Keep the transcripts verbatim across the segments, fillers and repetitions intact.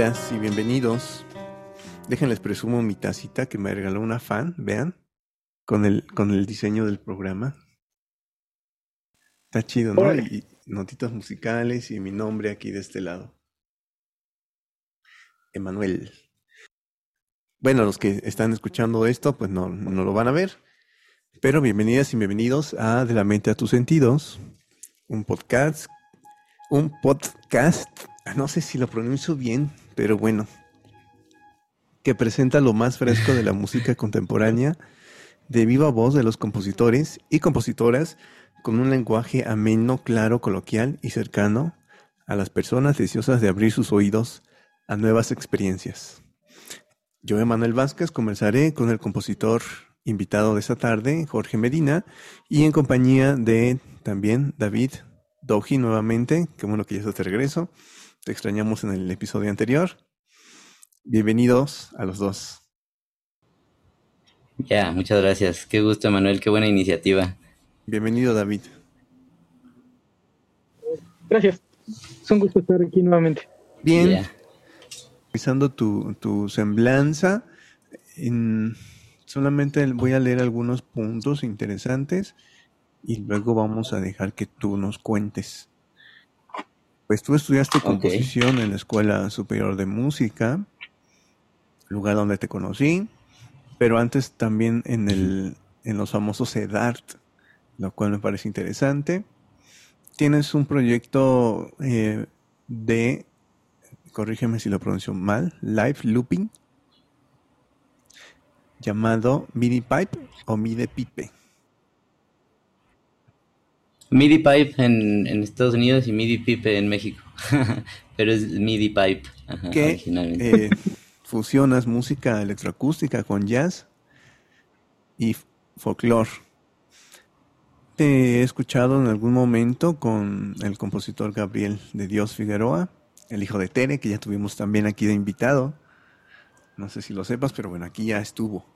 Bienvenidas y bienvenidos. Déjenles presumo mi tacita que me regaló una fan, vean, con el, con el diseño del programa. Está chido, ¿no? Órale. Y notitas musicales y mi nombre aquí de este lado. Emanuel. Bueno, los que están escuchando esto, pues no, no lo van a ver. Pero bienvenidas y bienvenidos a De la Mente a tus Sentidos. Un podcast. Un podcast. No sé si lo pronuncio bien, pero bueno. Que presenta lo más fresco de la música contemporánea, de viva voz de los compositores y compositoras, con un lenguaje ameno, claro, coloquial y cercano a las personas deseosas de abrir sus oídos a nuevas experiencias. Yo, Emanuel Vázquez, conversaré con el compositor invitado de esta tarde, Jorge Medina, y en compañía de también David Doji nuevamente. Qué bueno que ya estás de regreso. Te extrañamos en el episodio anterior. Bienvenidos a los dos. Ya, muchas gracias. Qué gusto, Manuel, qué buena iniciativa. Bienvenido, David. Gracias. Es un gusto estar aquí nuevamente. Bien. Ya. Revisando tu, tu semblanza, en- solamente voy a leer algunos puntos interesantes y luego vamos a dejar que tú nos cuentes. Pues tú estudiaste Ok. composición en la Escuela Superior de Música, lugar donde te conocí, pero antes también en el en los famosos EDART, lo cual me parece interesante. Tienes un proyecto eh, de, corrígeme si lo pronuncio mal, live looping, llamado MIDI Pipe o MIDI Pipe. MIDI Pipe en, en Estados Unidos y MIDI Pipe en México. Pero es MIDI Pipe, ajá, Que originalmente. eh, fusionas música electroacústica con jazz y f- folclore. Te he escuchado en algún momento con el compositor Gabriel de Dios Figueroa, el hijo de Tere, que ya tuvimos también aquí de invitado. No sé si lo sepas, pero bueno, aquí ya estuvo.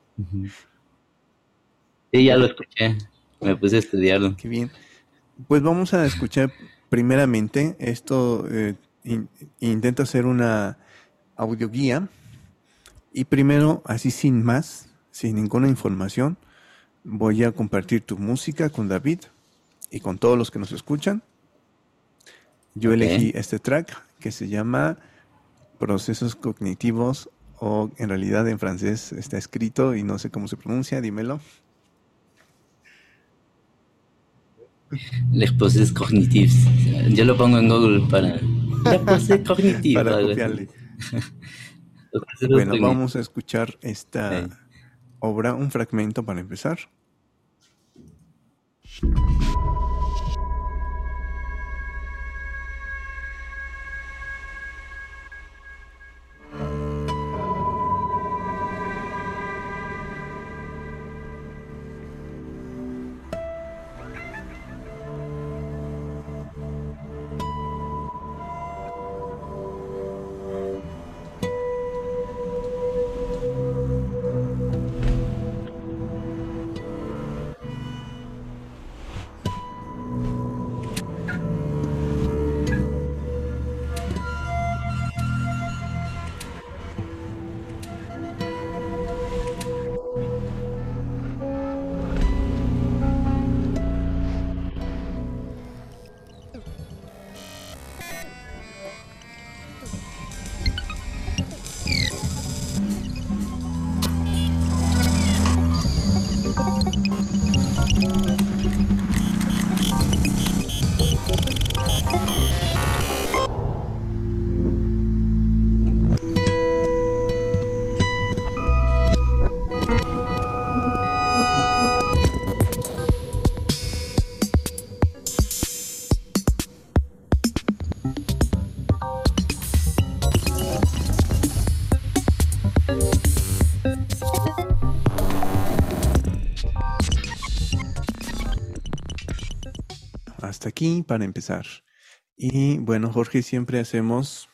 Sí, ya lo escuché. Me puse a estudiarlo. Qué bien. Pues vamos a escuchar primeramente esto. Eh, in- intenta hacer una audioguía y primero, así sin más, sin ninguna información, voy a compartir tu música con David y con todos los que nos escuchan. Yo Ok. elegí este track que se llama Procesos Cognitivos, o en realidad en francés está escrito y no sé cómo se pronuncia, dímelo. Les poses cognitifs. Yo lo pongo en Google para... Les poses cognitifs, Para algo copiarle. así. Los procesos Bueno, cognitivos. vamos a escuchar esta Eh. obra, un fragmento para empezar. Hasta aquí para empezar. Y bueno, Jorge, siempre hacemos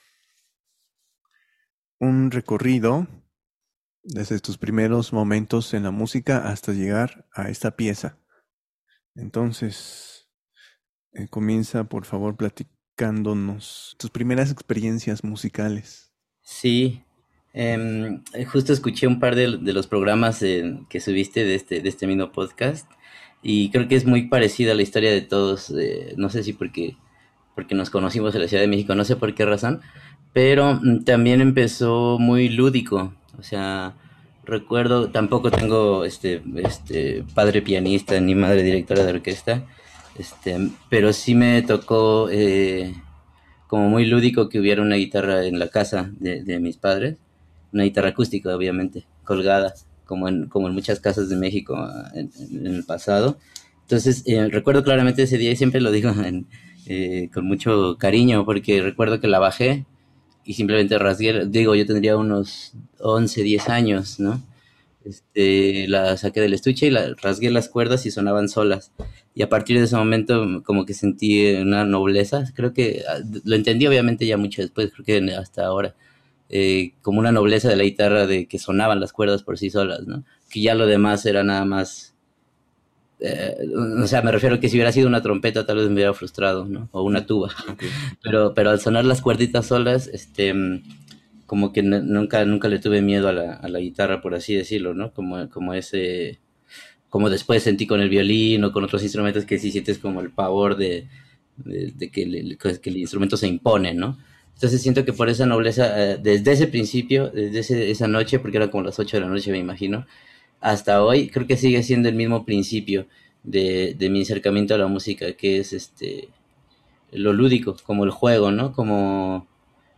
un recorrido desde tus primeros momentos en la música hasta llegar a esta pieza. Entonces, eh, comienza por favor platicándonos tus primeras experiencias musicales. Sí, em, justo escuché un par de, de los programas eh, que subiste de este, de este mismo podcast y creo que es muy parecida a la historia de todos. Eh, no sé si porque, porque nos conocimos en la Ciudad de México, no sé por qué razón, pero mm, también empezó muy lúdico. O sea, recuerdo, tampoco tengo este, este padre pianista ni madre directora de orquesta, este, pero sí me tocó eh, como muy lúdico que hubiera una guitarra en la casa de, de mis padres, una guitarra acústica obviamente, colgada, como en, como en muchas casas de México ah, en, en el pasado. Entonces, eh, recuerdo claramente ese día y siempre lo digo en, eh, con mucho cariño, porque recuerdo que la bajé y simplemente rasgué, digo, yo tendría unos once diez años, ¿no? Este, la saqué del estuche y la rasgué las cuerdas y sonaban solas. Y a partir de ese momento como que sentí una nobleza, creo que ah, lo entendí obviamente ya mucho después, creo que hasta ahora, eh, como una nobleza de la guitarra de que sonaban las cuerdas por sí solas, ¿no? Que ya lo demás era nada más, eh, o sea, me refiero a que si hubiera sido una trompeta tal vez me hubiera frustrado, ¿no? O una tuba. Ok. Pero, pero al sonar las cuerditas solas, este, como que n- nunca, nunca le tuve miedo a la, a la guitarra, por así decirlo, ¿no? Como, como ese, como después sentí con el violín o con otros instrumentos que sí sientes como el pavor de, de, de que, el, que el instrumento se impone, ¿no? Entonces siento que por esa nobleza, eh, desde ese principio, desde ese, esa noche, porque era como las ocho de la noche me imagino, hasta hoy creo que sigue siendo el mismo principio de, de mi acercamiento a la música, que es este lo lúdico, como el juego, ¿no? Como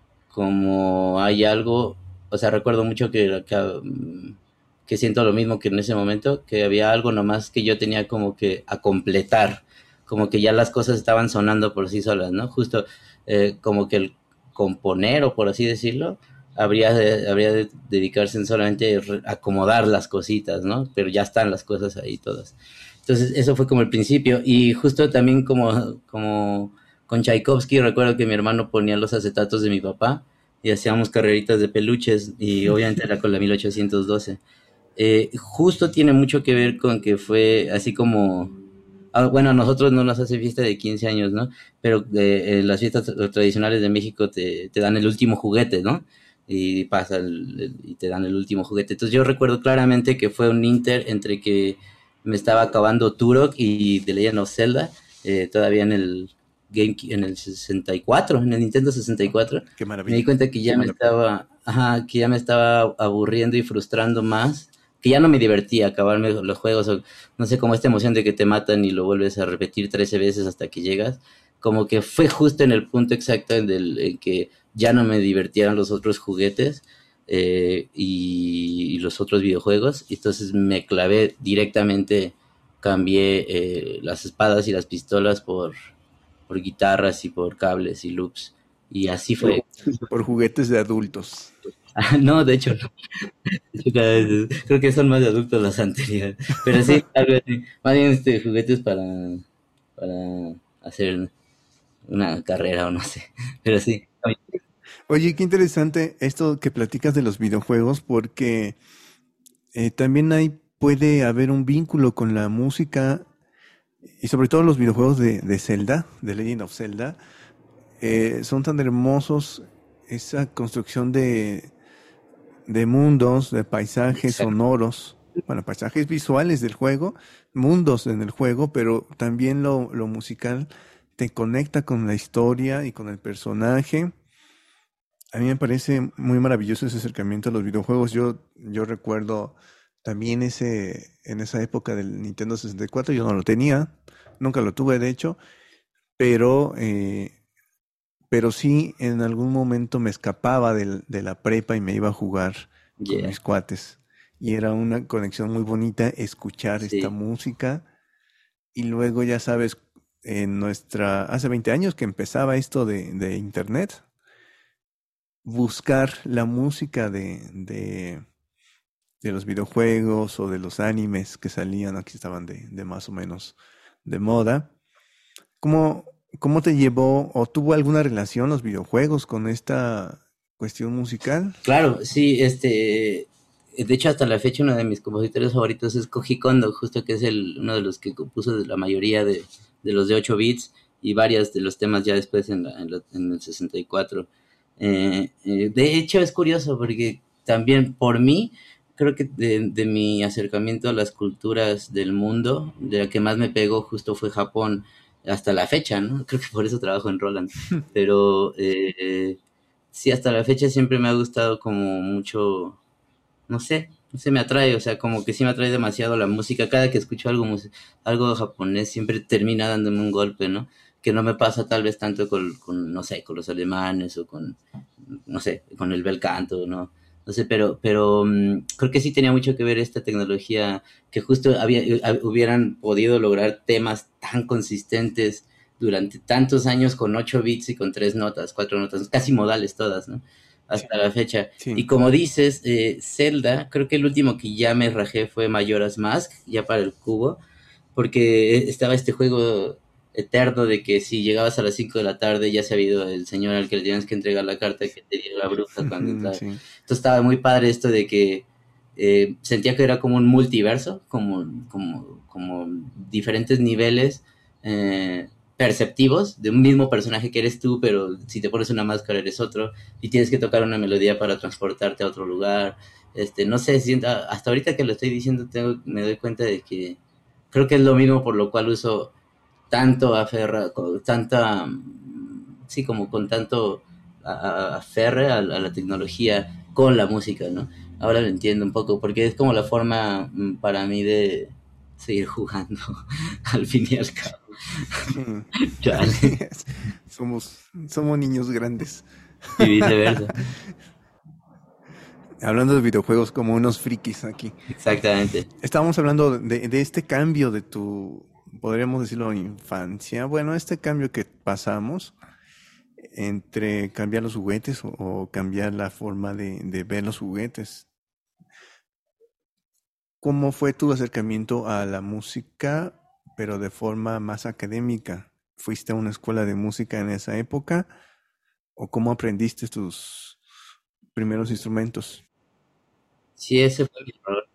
como hay algo, o sea, recuerdo mucho que, que, mm, que siento lo mismo que en ese momento, que había algo nomás que yo tenía como que a completar, como que ya las cosas estaban sonando por sí solas, ¿no? Justo eh, como que el componer, o por así decirlo, habría de, habría de dedicarse en solamente re- acomodar las cositas, ¿no? Pero ya están las cosas ahí todas. Entonces, eso fue como el principio. Y justo también como, como con Tchaikovsky, recuerdo que mi hermano ponía los acetatos de mi papá y hacíamos carreritas de peluches y obviamente era con la mil ochocientos doce. Eh, justo tiene mucho que ver con que fue así como... ah, bueno, a nosotros no nos hace fiesta de quince años, ¿no? Pero eh, en las fiestas tra- tradicionales de México te, te dan el último juguete, ¿no? Y pasa el- el- y te dan el último juguete. Entonces yo recuerdo claramente que fue un inter entre que me estaba acabando Turok y The Legend of Zelda, eh, todavía en el Game, en el sesenta y cuatro, en el Nintendo sesenta y cuatro. Qué Me di maravilla. cuenta que ya me estaba, ajá, que ya me estaba aburriendo y frustrando más, que ya no me divertía acabarme los juegos, o no sé, como esta emoción de que te matan y lo vuelves a repetir trece veces hasta que llegas, como que fue justo en el punto exacto en, el, en que ya no me divertían los otros juguetes eh, y, y, los otros videojuegos, y entonces me clavé directamente, cambié eh, las espadas y las pistolas por, por guitarras y por cables y loops, y así fue. Por juguetes de adultos. No, de hecho, no. Cada vez- creo que son más de adultos las anteriores. Pero sí, algo así. Más bien este, juguetes para, para hacer una carrera o no sé. Pero sí. Oye, qué interesante esto que platicas de los videojuegos, porque eh, también hay, puede haber un vínculo con la música y sobre todo los videojuegos de, de Zelda, de Legend of Zelda. Eh, son tan hermosos esa construcción de, de mundos, de paisajes Exacto. sonoros, bueno, paisajes visuales del juego, mundos en el juego, pero también lo, lo musical te conecta con la historia y con el personaje. A mí me parece muy maravilloso ese acercamiento a los videojuegos. Yo, yo recuerdo también ese, en esa época del Nintendo sesenta y cuatro, yo no lo tenía, nunca lo tuve de hecho, pero, eh, pero sí en algún momento me escapaba del- de la prepa y me iba a jugar con Yeah, mis cuates. Y era una conexión muy bonita escuchar esta sí. música. Y luego ya sabes, en nuestra, hace veinte años que empezaba esto de, de internet, buscar la música de, de, de los videojuegos o de los animes que salían, aquí estaban de, de más o menos de moda. ¿Cómo, cómo te llevó o tuvo alguna relación los videojuegos con esta cuestión musical? Claro, sí, este. De hecho, hasta la fecha, uno de mis compositores favoritos es Koji Kondo, justo que es el, uno de los que compuso de la mayoría de, de los de ocho bits y varias de los temas ya después en, la- en, la- en el sesenta y cuatro. Eh, eh, de hecho, es curioso porque también por mí, creo que de, de mi acercamiento a las culturas del mundo, de la que más me pegó justo fue Japón hasta la fecha, ¿no? Creo que por eso trabajo en Roland. Pero eh, sí, hasta la fecha siempre me ha gustado como mucho, no sé, no sé, me atrae, o sea, como que sí me atrae demasiado la música. Cada que escucho algo, mus- algo japonés siempre termina dándome un golpe, ¿no? Que no me pasa tal vez tanto con, con, no sé, con los alemanes o con, no sé, con el bel canto, ¿no? No sé, pero, pero mm, creo que sí tenía mucho que ver esta tecnología, que justo había, eh, hubieran podido lograr temas tan consistentes durante tantos años con ocho bits y con tres notas, cuatro notas, casi modales todas, ¿no? Hasta la fecha. Y Sí. como dices, eh, Zelda, creo que el último que ya me rajé fue Majora's Mask, ya para el cubo, porque estaba este juego eterno de que si llegabas a las cinco de la tarde ya se había ido el señor al que le tenías que entregar la carta que te dio la bruja cuando entraba. Sí. Entonces estaba muy padre esto de que eh, sentía que era como un multiverso, como, como, como diferentes niveles eh, perceptivos de un mismo personaje que eres tú, pero si te pones una máscara eres otro y tienes que tocar una melodía para transportarte a otro lugar. Este, no sé, siento, hasta ahorita que lo estoy diciendo tengo, me doy cuenta de que creo que es lo mismo por lo cual uso tanto aferra, con tanta, mm, sí, como con tanto a- a- aferre a, a la tecnología con la música, ¿no? Ahora lo entiendo un poco, porque es como la forma mm, para mí de seguir jugando, al fin y al cabo. Sí. Así Chale. es. Somos, somos niños grandes. Y viceversa. Hablando de videojuegos como unos frikis aquí. Exactamente. Estábamos hablando de, de este cambio de tu, podríamos decirlo, infancia. Bueno, este cambio que pasamos entre cambiar los juguetes o, o cambiar la forma de, de ver los juguetes. ¿Cómo fue tu acercamiento a la música, pero de forma más académica? ¿Fuiste a una escuela de música en esa época? ¿O cómo aprendiste tus primeros instrumentos? Sí, ese fue mi error.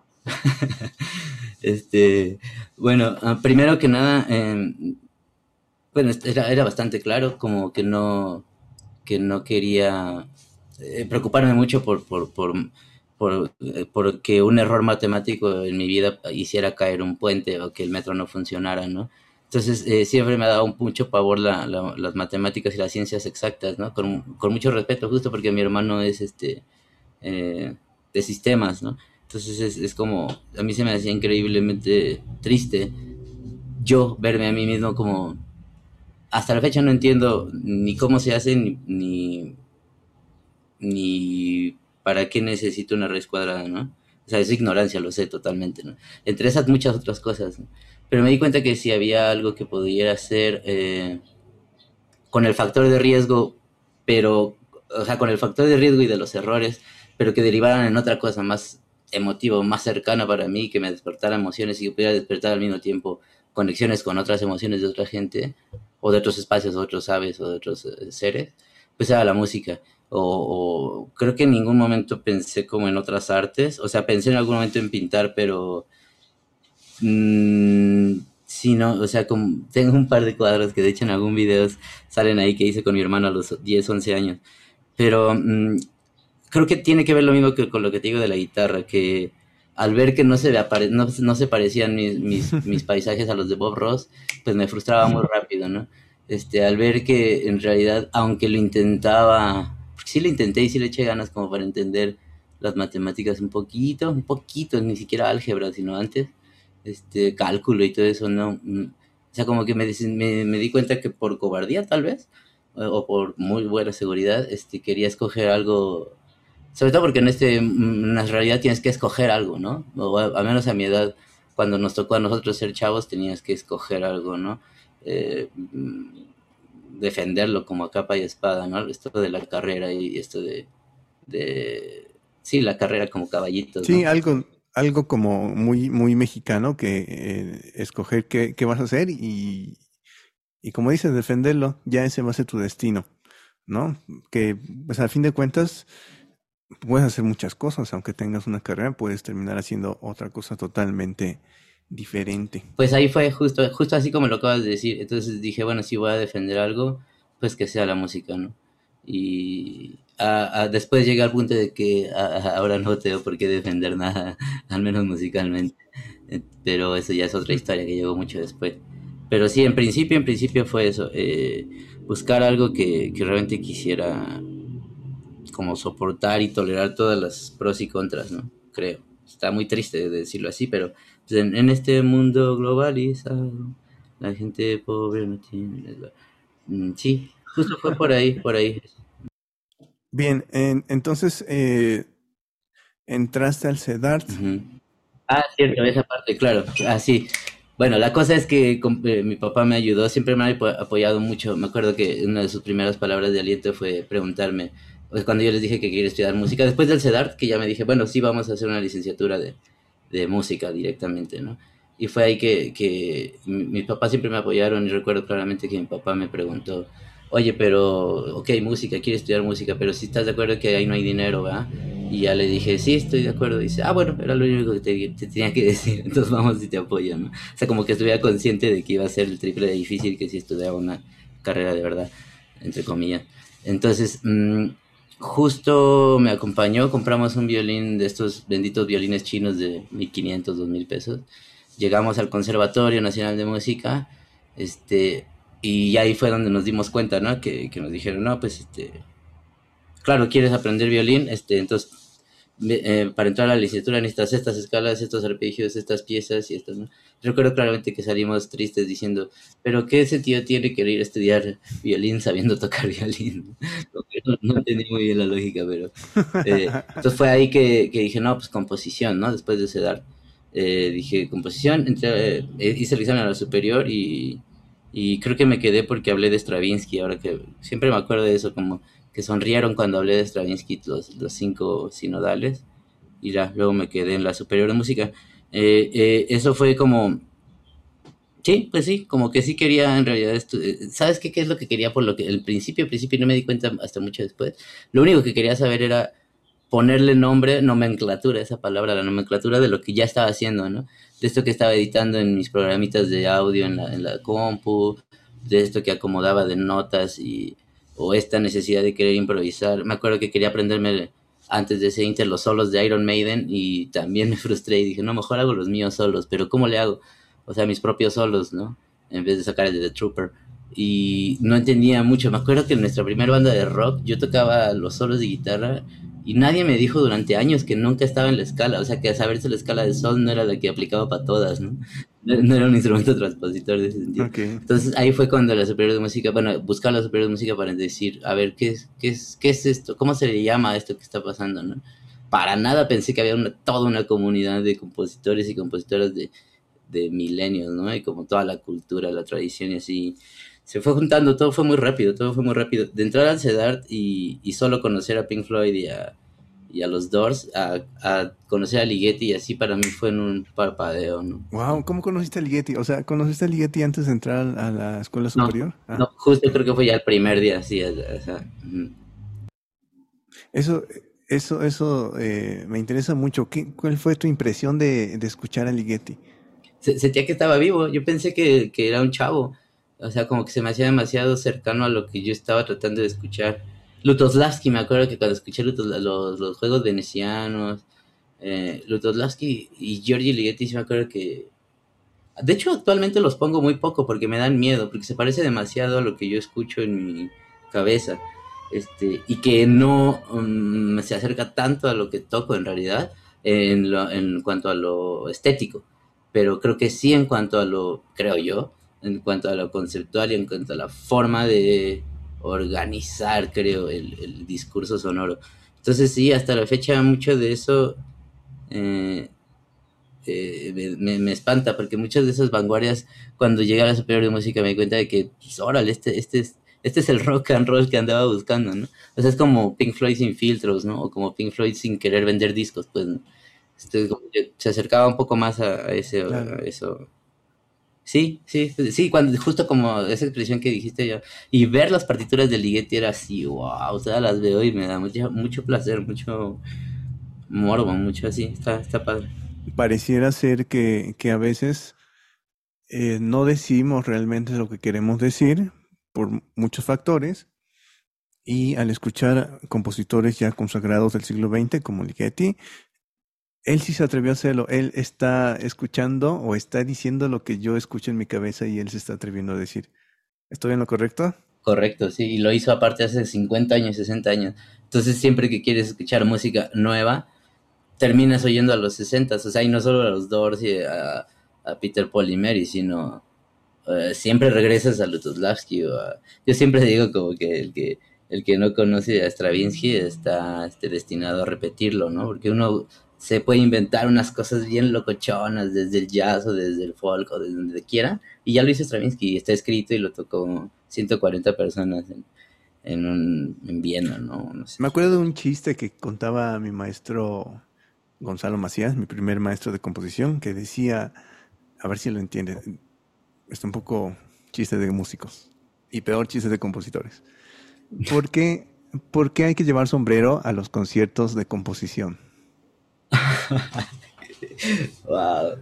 Este, bueno, ah, primero que nada, em, bueno, era, era bastante claro, como que no, que no quería eh, preocuparme mucho por, por, por, por, eh, por que un error matemático en mi vida hiciera caer un puente o que el metro no funcionara, ¿no? Entonces, eh, siempre me ha dado un mucho pavor la, la- las matemáticas y las ciencias exactas, ¿no? Con, con mucho respeto, justo porque mi hermano es este eh, de sistemas, ¿no? Entonces es, es como, a mí se me hacía increíblemente triste yo verme a mí mismo como, hasta la fecha no entiendo ni cómo se hace ni, ni, ni para qué necesito una raíz cuadrada, ¿no? O sea, es ignorancia, lo sé totalmente, ¿no? Entre esas muchas otras cosas, ¿no? Pero me di cuenta que si había algo que pudiera hacer eh, con el factor de riesgo, pero, o sea, con el factor de riesgo y de los errores, pero que derivaran en otra cosa más emotiva, más cercana para mí, que me despertara emociones y que pudiera despertar al mismo tiempo conexiones con otras emociones de otra gente, o de otros espacios, o de otros aves, o de otros eh, seres, pues era la música. O, o creo que en ningún momento pensé como en otras artes, o sea, pensé en algún momento en pintar, pero Mm, sí, no, o sea, como, tengo un par de cuadros que de hecho en algún video salen ahí que hice con mi hermano a los diez once años. Pero mm, creo que tiene que ver lo mismo que con lo que te digo de la guitarra, que al ver que no se, apare- no, no se parecían mis, mis, mis paisajes a los de Bob Ross, pues me frustraba muy rápido, ¿no? Este, al ver que en realidad, aunque lo intentaba, porque sí lo intenté y sí le eché ganas como para entender las matemáticas un poquito, un poquito, ni siquiera álgebra, sino antes, este, cálculo y todo eso, ¿no? Mm, O sea, como que me, des- me, me di cuenta que por cobardía, tal vez, o, o por muy buena seguridad, este, quería escoger algo, sobre todo porque en este, mm, en la realidad tienes que escoger algo, ¿no? O a, a menos a mi edad, cuando nos tocó a nosotros ser chavos, tenías que escoger algo, ¿no? Eh, mm, defenderlo como a capa y espada, ¿no? Esto de la carrera y esto de, de, sí, la carrera como caballitos, Sí, ¿no? algo, algo como muy, muy mexicano que eh, escoger qué, qué vas a hacer y, y como dices, defenderlo, ya ese va a ser tu destino, ¿no? Que pues al fin de cuentas puedes hacer muchas cosas, aunque tengas una carrera, puedes terminar haciendo otra cosa totalmente diferente. Pues ahí fue justo, justo así como lo acabas de decir. Entonces dije, bueno, si voy a defender algo, pues que sea la música, ¿no? Y a- a- después llegué al punto de que a- a- ahora no tengo por qué defender nada, al menos musicalmente. Eh, Pero eso ya es otra historia que llegó mucho después. Pero sí, en principio, en principio fue eso, eh, buscar algo que, que realmente quisiera como soportar y tolerar todas las pros y contras, ¿no? Creo. Está muy triste decirlo así, pero pues, en, en este mundo globalizado, la gente pobre no tiene... Mm, sí, justo fue por ahí, por ahí. Bien, en- entonces eh, entraste al CEDART. Ujú. Ah, cierto, esa parte, claro. Ah, sí. Bueno, la cosa es que com- eh, mi papá me ayudó, siempre me ha apo- apoyado mucho. Me acuerdo que una de sus primeras palabras de aliento fue preguntarme, pues cuando yo les dije que quería estudiar música, después del CEDART, que ya me dije, bueno, sí, vamos a hacer una licenciatura de, de música directamente, ¿no? Y fue ahí que, que mi- mis papás siempre me apoyaron y recuerdo claramente que mi papá me preguntó, oye, pero, ok, música, quiero estudiar música, pero si estás de acuerdo que ahí no hay dinero, ¿va? Y ya le dije, sí, estoy de acuerdo. Y dice, ah, bueno, era lo único que te, te tenía que decir, entonces vamos y te apoyo, ¿no? O sea, como que estuviera consciente de que iba a ser el triple de difícil que si estudiaba una carrera de verdad, entre comillas. Entonces, mmm, justo me acompañó, compramos un violín de estos benditos violines chinos de mil quinientos dos mil pesos. Llegamos al Conservatorio Nacional de Música, este, y ahí fue donde nos dimos cuenta, ¿no? Que, que nos dijeron, no, pues, este, claro, quieres aprender violín, este, entonces, eh, para entrar a la licenciatura necesitas estas escalas, estos arpegios, estas piezas y estas, ¿no? Recuerdo claramente que salimos tristes diciendo, pero ¿qué sentido tiene querer estudiar violín sabiendo tocar violín? Como que no, no entendí muy bien la lógica, pero... eh, entonces fue ahí que, que dije, no, pues composición, ¿no? Después de ese dar, eh, dije composición, entré, eh, hice el examen a la superior y, y creo que me quedé porque hablé de Stravinsky, ahora que siempre me acuerdo de eso, como que sonrieron cuando hablé de Stravinsky los, los cinco sinodales y ya, luego me quedé en la superior de música. Eh, eh, eso fue como, sí, pues sí, como que sí quería en realidad, estu- eh, ¿sabes qué, qué es lo que quería? Por lo que el principio, al principio no me di cuenta hasta mucho después. Lo único que quería saber era ponerle nombre, nomenclatura, esa palabra, la nomenclatura de lo que ya estaba haciendo, ¿no? De esto que estaba editando en mis programitas de audio en la, en la compu, de esto que acomodaba de notas y, o esta necesidad de querer improvisar. Me acuerdo que quería aprenderme antes de ese Inter los solos de Iron Maiden y también me frustré y dije, no, mejor hago los míos solos, pero ¿cómo le hago? O sea, mis propios solos, ¿no? En vez de sacar el de The Trooper. Y no entendía mucho. Me acuerdo que en nuestra primera banda de rock yo tocaba los solos de guitarra y nadie me dijo durante años que nunca estaba en la escala, o sea que a saberse la escala de sol no era la que aplicaba para todas, ¿no? No, no era un instrumento transpositor de ese sentido. Ok. Entonces ahí fue cuando la superior de música, bueno, buscar la superior de música para decir, a ver, ¿qué es, qué es, qué es esto? ¿Cómo se le llama a esto que está pasando, no? Para nada pensé que había una, toda una comunidad de compositores y compositoras de, de milenios, ¿no? Y como toda la cultura, la tradición y así. Se fue juntando, todo fue muy rápido, todo fue muy rápido. De entrar al CEDART y, y solo conocer a Pink Floyd y a, y a los Doors, a, a conocer a Ligeti y así para mí fue en un parpadeo, ¿no? Wow, ¿cómo conociste a Ligeti? O sea, ¿conociste a Ligeti antes de entrar a la escuela No, superior? Ah, no, justo creo que fue ya el primer día, sí, o sea, ujú. eso, eso, eso eh, me interesa mucho. ¿Qué, cuál fue tu impresión de, de escuchar a Ligeti? Se- sentía que estaba vivo, yo pensé que, que era un chavo, o sea, como que se me hacía demasiado cercano a lo que yo estaba tratando de escuchar. Lutoslavski, me acuerdo que cuando escuché Lutos- los, los juegos venecianos, eh, Lutoslavski y Giorgi Ligeti, sí me acuerdo que... De hecho, actualmente los pongo muy poco porque me dan miedo, porque se parece demasiado a lo que yo escucho en mi cabeza, este, y que no mm, se acerca tanto a lo que toco en realidad, en, lo- en cuanto a lo estético, pero creo que sí en cuanto a lo, creo yo, en cuanto a lo conceptual y en cuanto a la forma de organizar, creo, el, el discurso sonoro. Entonces sí, hasta la fecha mucho de eso... eh, eh, me, me, me espanta porque muchas de esas vanguardias cuando llegué a la superior de música me di cuenta de que pues, órale, este, este es este es el rock and roll que andaba buscando, ¿no? O sea, es como Pink Floyd sin filtros, ¿no? O como Pink Floyd sin querer vender discos, pues, ¿no? Este, como que se acercaba un poco más a, a ese, a Claro. eso. Sí, sí, sí, cuando, justo como esa expresión que dijiste yo. Y ver las partituras de Ligeti era así, wow, o sea, las veo y me da mucho, mucho placer, mucho morbo, mucho así, está, está padre. Pareciera ser que, que a veces eh, no decimos realmente lo que queremos decir por muchos factores y al escuchar compositores ya consagrados del siglo veinte como Ligeti, él sí se atrevió a hacerlo. Él está escuchando o está diciendo lo que yo escucho en mi cabeza y él se está atreviendo a decir. ¿Estoy en lo correcto? Correcto, sí, y lo hizo aparte hace cincuenta años, sesenta años. Entonces, siempre que quieres escuchar música nueva, terminas oyendo a los sesenta, o sea, y no solo a los Doors y a, a Peter, Paul y Mary, sino uh, siempre regresas a Lutoslavski. O a, yo siempre digo como que el que el que no conoce a Stravinsky está este, destinado a repetirlo, ¿no? Porque uno se puede inventar unas cosas bien locochonas desde el jazz o desde el folk o desde donde quiera, y ya lo hizo Stravinsky, y está escrito y lo tocó ciento cuarenta personas en, en, un, en Viena, ¿no? No sé. Me acuerdo de un chiste que contaba mi maestro Gonzalo Macías, mi primer maestro de composición, que decía, a ver si lo entiende, está un poco chiste de músicos y peor chiste de compositores. ¿Por qué, ¿Por qué hay que llevar sombrero a los conciertos de composición? Wow.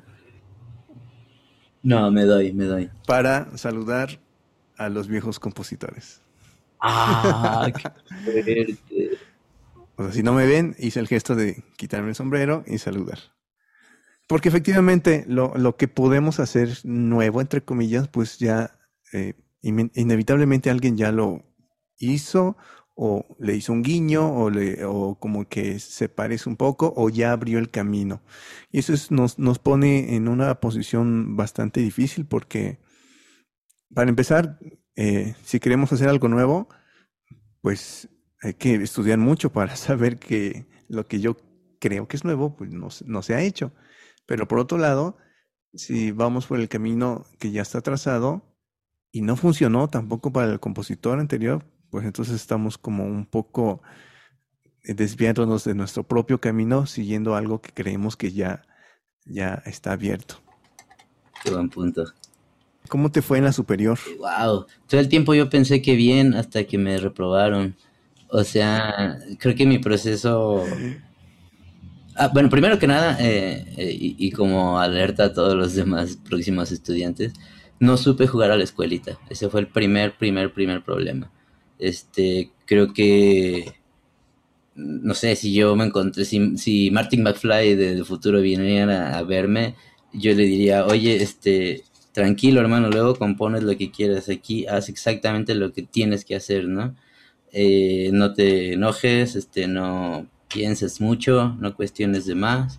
No, me doy, me doy. Para saludar a los viejos compositores. Ah, qué fuerte. O sea, si no me ven, hice el gesto de quitarme el sombrero y saludar. Porque efectivamente lo, lo que podemos hacer nuevo, entre comillas, pues ya eh, in- inevitablemente alguien ya lo hizo o le hizo un guiño o, le, o como que se parece un poco o ya abrió el camino. Y eso es- nos, nos pone en una posición bastante difícil porque, para empezar, eh, si queremos hacer algo nuevo, pues hay que estudiar mucho para saber que lo que yo creo que es nuevo, pues no, se- no se ha hecho. Pero por otro lado, si vamos por el camino que ya está trazado y no funcionó tampoco para el compositor anterior, pues entonces estamos como un poco eh, desviándonos de nuestro propio camino, siguiendo algo que creemos que ya, ya está abierto. Qué buen punto. ¿Cómo te fue en la superior? Wow. Todo el tiempo yo pensé que bien hasta que me reprobaron. O sea, creo que mi proceso. Ah, bueno, primero que nada, eh, eh, y, y como alerta a todos los demás próximos estudiantes, no supe jugar a la escuelita. Ese fue el primer, primer, primer problema. Este, creo que, no sé, si yo me encontré, si, si Martin McFly del futuro viniera a verme, yo le diría, oye, este, tranquilo hermano, luego compones lo que quieras aquí, haz exactamente lo que tienes que hacer, ¿no? Eh, no te enojes, este, no pienses mucho, no cuestiones de más.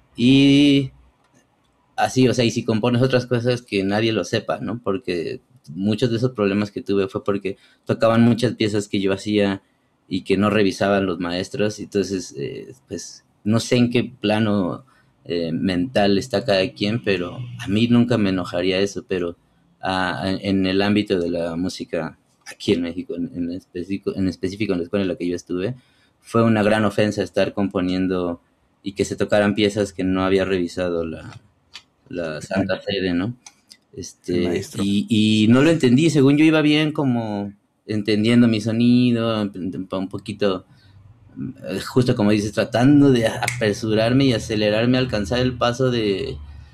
Y así, o sea, y si compones otras cosas que nadie lo sepa, ¿no? Porque muchos de esos problemas que tuve fue porque tocaban muchas piezas que yo hacía y que no revisaban los maestros, entonces, eh, pues, no sé en qué plano eh, mental está cada quien, pero a mí nunca me enojaría eso, pero ah, en el ámbito de la música aquí en México, en, en específico, en específico en la escuela en la que yo estuve, fue una gran ofensa estar componiendo y que se tocaran piezas que no había revisado la, la Santa Sede, ¿no? El Este, maestro. y, y no lo entendí, según yo iba bien como entendiendo mi sonido, un poquito, eh, justo como dices, tratando de apresurarme y acelerarme a alcanzar el paso de,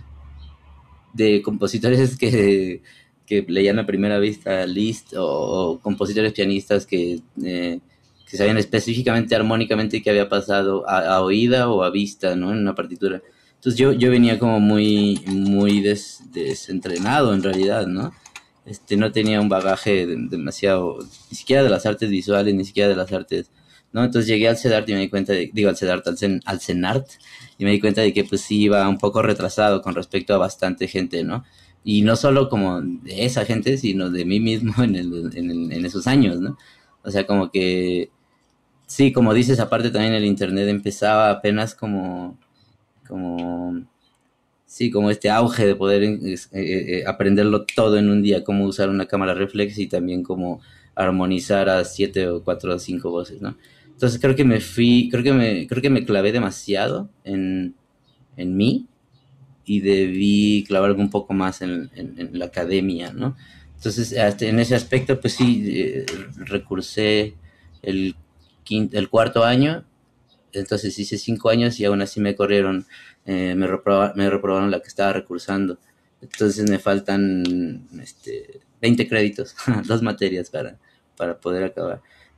de compositores que, que leían a primera vista Liszt o, o compositores pianistas que, eh, que sabían específicamente armónicamente qué había pasado a, a oída o a vista, ¿no? En una partitura. Entonces yo, yo venía como muy, muy des, desentrenado en realidad, ¿no? Este, no tenía un bagaje de, demasiado, ni siquiera de las artes visuales, ni siquiera de las artes, ¿no? Entonces llegué al CEDART y me di cuenta de, digo al CEDART, al, Cen, al CENART, y me di cuenta de que pues sí iba un poco retrasado con respecto a bastante gente, ¿no? Y no solo como de esa gente, sino de mí mismo en, el, en, el, en esos años, ¿no? O sea, como que, sí, como dices, aparte también el internet empezaba apenas como, como, sí, como este auge de poder eh, eh, aprenderlo todo en un día, cómo usar una cámara reflex y también cómo armonizar a siete o cuatro o cinco voces, ¿no? Entonces creo que me fui, creo que me, creo que me clavé demasiado en, en mí y debí clavarme un poco más en, en, en la academia, ¿no? Entonces, hasta en ese aspecto, pues sí, eh, recursé el, quinto, el cuarto año, entonces hice cinco años y aún así me corrieron, eh, me, reproba, me reprobaron la que estaba recursando. Entonces me faltan este, veinte créditos, dos materias para, para poder acabar.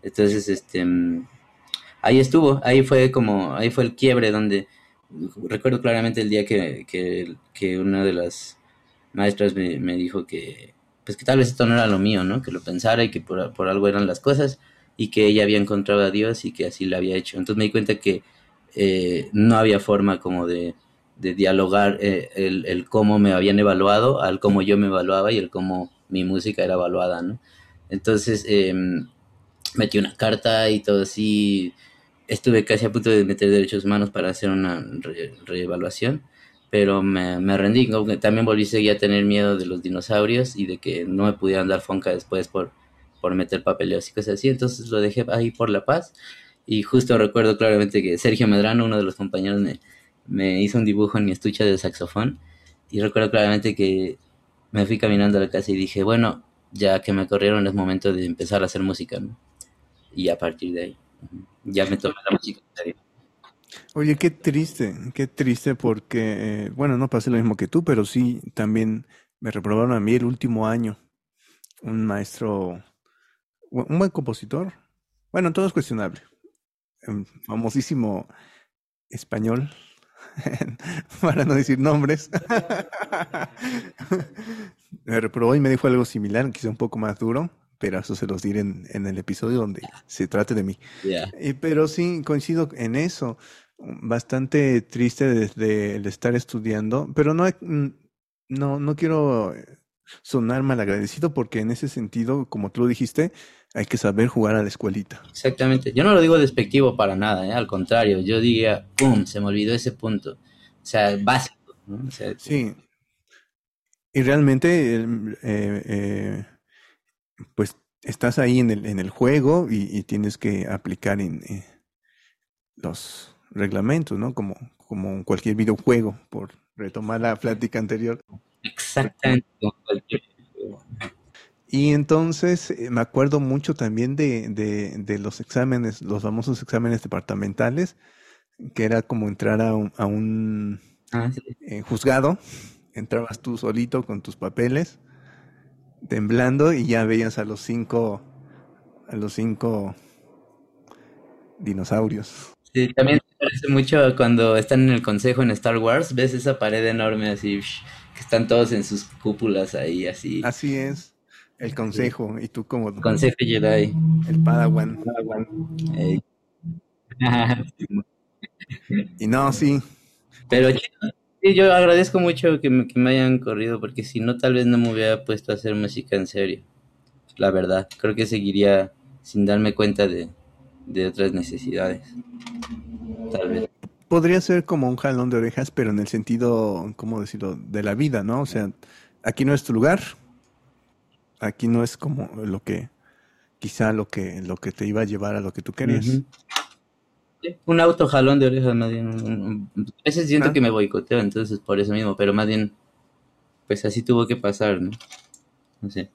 Entonces, este, mm, ahí estuvo, ahí fue como, ahí fue el quiebre donde recuerdo claramente el día que, que, que una de las maestras me, me dijo que, pues que tal vez esto no era lo mío, ¿no? Que lo pensara y que por, por algo eran las cosas y que ella había encontrado a Dios y que así lo había hecho. Entonces me di cuenta que eh, no había forma como de, de dialogar eh, el, el cómo me habían evaluado al cómo yo me evaluaba y el cómo mi música era evaluada, ¿no? Entonces eh, metí una carta y todo así. Estuve casi a punto de meter derechos humanos para hacer una re- reevaluación, pero me, me rendí. Como que también volví a seguir a tener miedo de los dinosaurios y de que no me pudieran dar fonca después por, por meter papeleos y cosas así. Entonces lo dejé ahí por la paz. Y justo recuerdo claramente que Sergio Medrano, uno de los compañeros, me, me hizo un dibujo en mi estuche de saxofón. Y recuerdo claramente que me fui caminando a la casa y dije, bueno, ya que me corrieron es momento de empezar a hacer música, ¿no? Y a partir de ahí, ujú, ya me tomé la música en serio. Oye, qué triste, qué triste porque, eh, bueno, no pasé lo mismo que tú, pero sí también me reprobaron a mí el último año. Un maestro, bu- un buen compositor. Bueno, todo es cuestionable. Un famosísimo español, para no decir nombres. Me reprobó y me dijo algo similar, quizá un poco más duro, pero eso se los diré en, en el episodio donde se trate de mí. Ya. Eh, pero sí, coincido en eso. Bastante triste desde el estar estudiando, pero no, mm, no, no quiero eh, sonar malagradecido porque en ese sentido, como tú lo dijiste, hay que saber jugar a la escuelita. Exactamente. Yo no lo digo despectivo para nada, ¿eh? Al contrario, yo diría, ¡pum! Se me olvidó ese punto. O sea, básico, ¿no? O sea, Sí, y realmente, em, eh, eh, pues estás ahí en el, en el juego y, y tienes que aplicar en, eh, los reglamentos, ¿no? Como, como cualquier videojuego, por retomar la plática anterior. exactamente como cualquier... Y entonces eh, me acuerdo mucho también de, de, de los exámenes, los famosos exámenes departamentales, que era como entrar a un, a un Ah, sí. eh, juzgado, entrabas tú solito con tus papeles, temblando, y ya veías a los cinco, a los cinco dinosaurios. Sí, también me parece mucho cuando están en el consejo en Star Wars, ves esa pared enorme así, sh, que están todos en sus cúpulas ahí, así. Así es, el Sí. consejo, y tú como Consejo Jedi. el Padawan. Ah, bueno. Eh, Y no, sí, Pero chido. Sí, yo agradezco mucho que me, que me hayan corrido, porque si no, tal vez no me hubiera puesto a hacer música en serio. La verdad, creo que seguiría sin darme cuenta de, de otras necesidades, tal vez. podría ser como un jalón de orejas, pero en el sentido, ¿cómo decirlo?, de la vida, ¿no? O sea, aquí no es tu lugar, aquí no es como lo que, quizá lo que, lo que te iba a llevar a lo que tú querías. Ujú. Sí, un autojalón de orejas, más bien. un- un- a veces siento Ah, que me boicoteo, entonces por eso mismo, pero más bien, pues así tuvo que pasar, ¿no? No sé,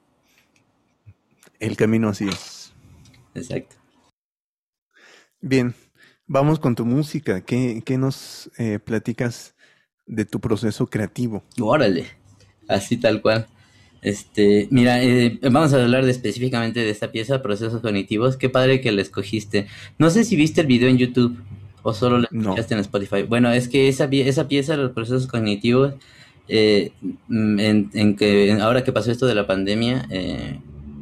el camino así es. exacto. Bien, vamos con tu música. ¿Qué, qué nos eh, platicas de tu proceso creativo? Órale, así tal cual. Este, mira, eh, vamos a hablar de, específicamente de esta pieza, Procesos Cognitivos. Qué padre que la escogiste. No sé si viste el video en YouTube o solo la No. escuchaste en Spotify. Bueno, es que esa, pie- esa pieza, los procesos cognitivos, eh, mm, en, en que ahora que pasó esto de la pandemia, eh,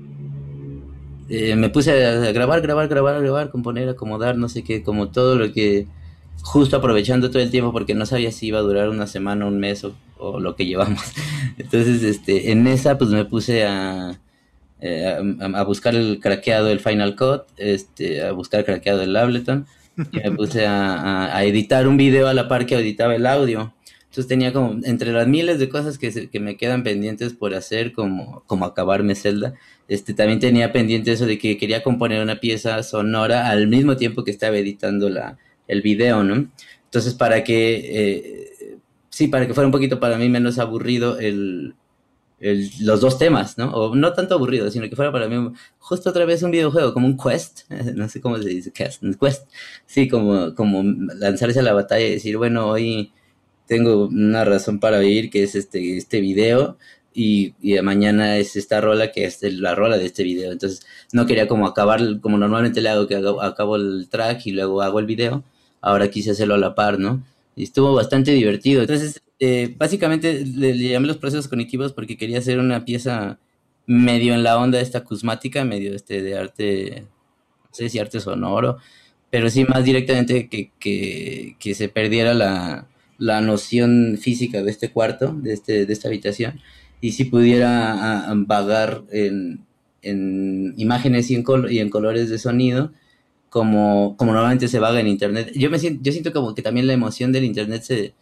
eh, me puse a grabar, grabar, grabar, grabar, componer, acomodar, no sé qué, como todo lo que, justo aprovechando todo el tiempo porque no sabía si iba a durar una semana, un mes o, o lo que llevamos. Entonces, este, en esa pues me puse a, eh, a, a buscar el craqueado del Final Cut, este, a buscar craqueado del Ableton y me puse a, a, a editar un video a la par que editaba el audio. Entonces tenía como, entre las miles de cosas que, se, que me quedan pendientes por hacer, como, como acabarme Zelda, este, también tenía pendiente eso de que quería componer una pieza sonora al mismo tiempo que estaba editando la, el video, ¿no? Entonces para que, eh, sí, para que fuera un poquito para mí menos aburrido el, el, los dos temas, ¿no? O no tanto aburrido, sino que fuera para mí justo otra vez un videojuego, como un quest, no sé cómo se dice, quest, un quest, sí, como, como lanzarse a la batalla y decir, bueno, hoy tengo una razón para vivir, que es este, este video, y, y de mañana es esta rola que es la rola de este video. Entonces no quería como acabar como normalmente le hago, que hago, acabo el track y luego hago el video. Ahora quise hacerlo a la par, ¿no? Y estuvo bastante divertido. Entonces, eh, básicamente le, le llamé los procesos cognitivos porque quería hacer una pieza medio en la onda esta acusmática, medio este de arte, no sé si arte sonoro, pero sí más directamente que, que, que se perdiera la, la noción física de este cuarto, de, este, de esta habitación, y si pudiera a, a vagar en, en imágenes y en, col y en colores de sonido, como, como normalmente se vaga en internet. Yo me siento, yo siento como que también la emoción del internet se,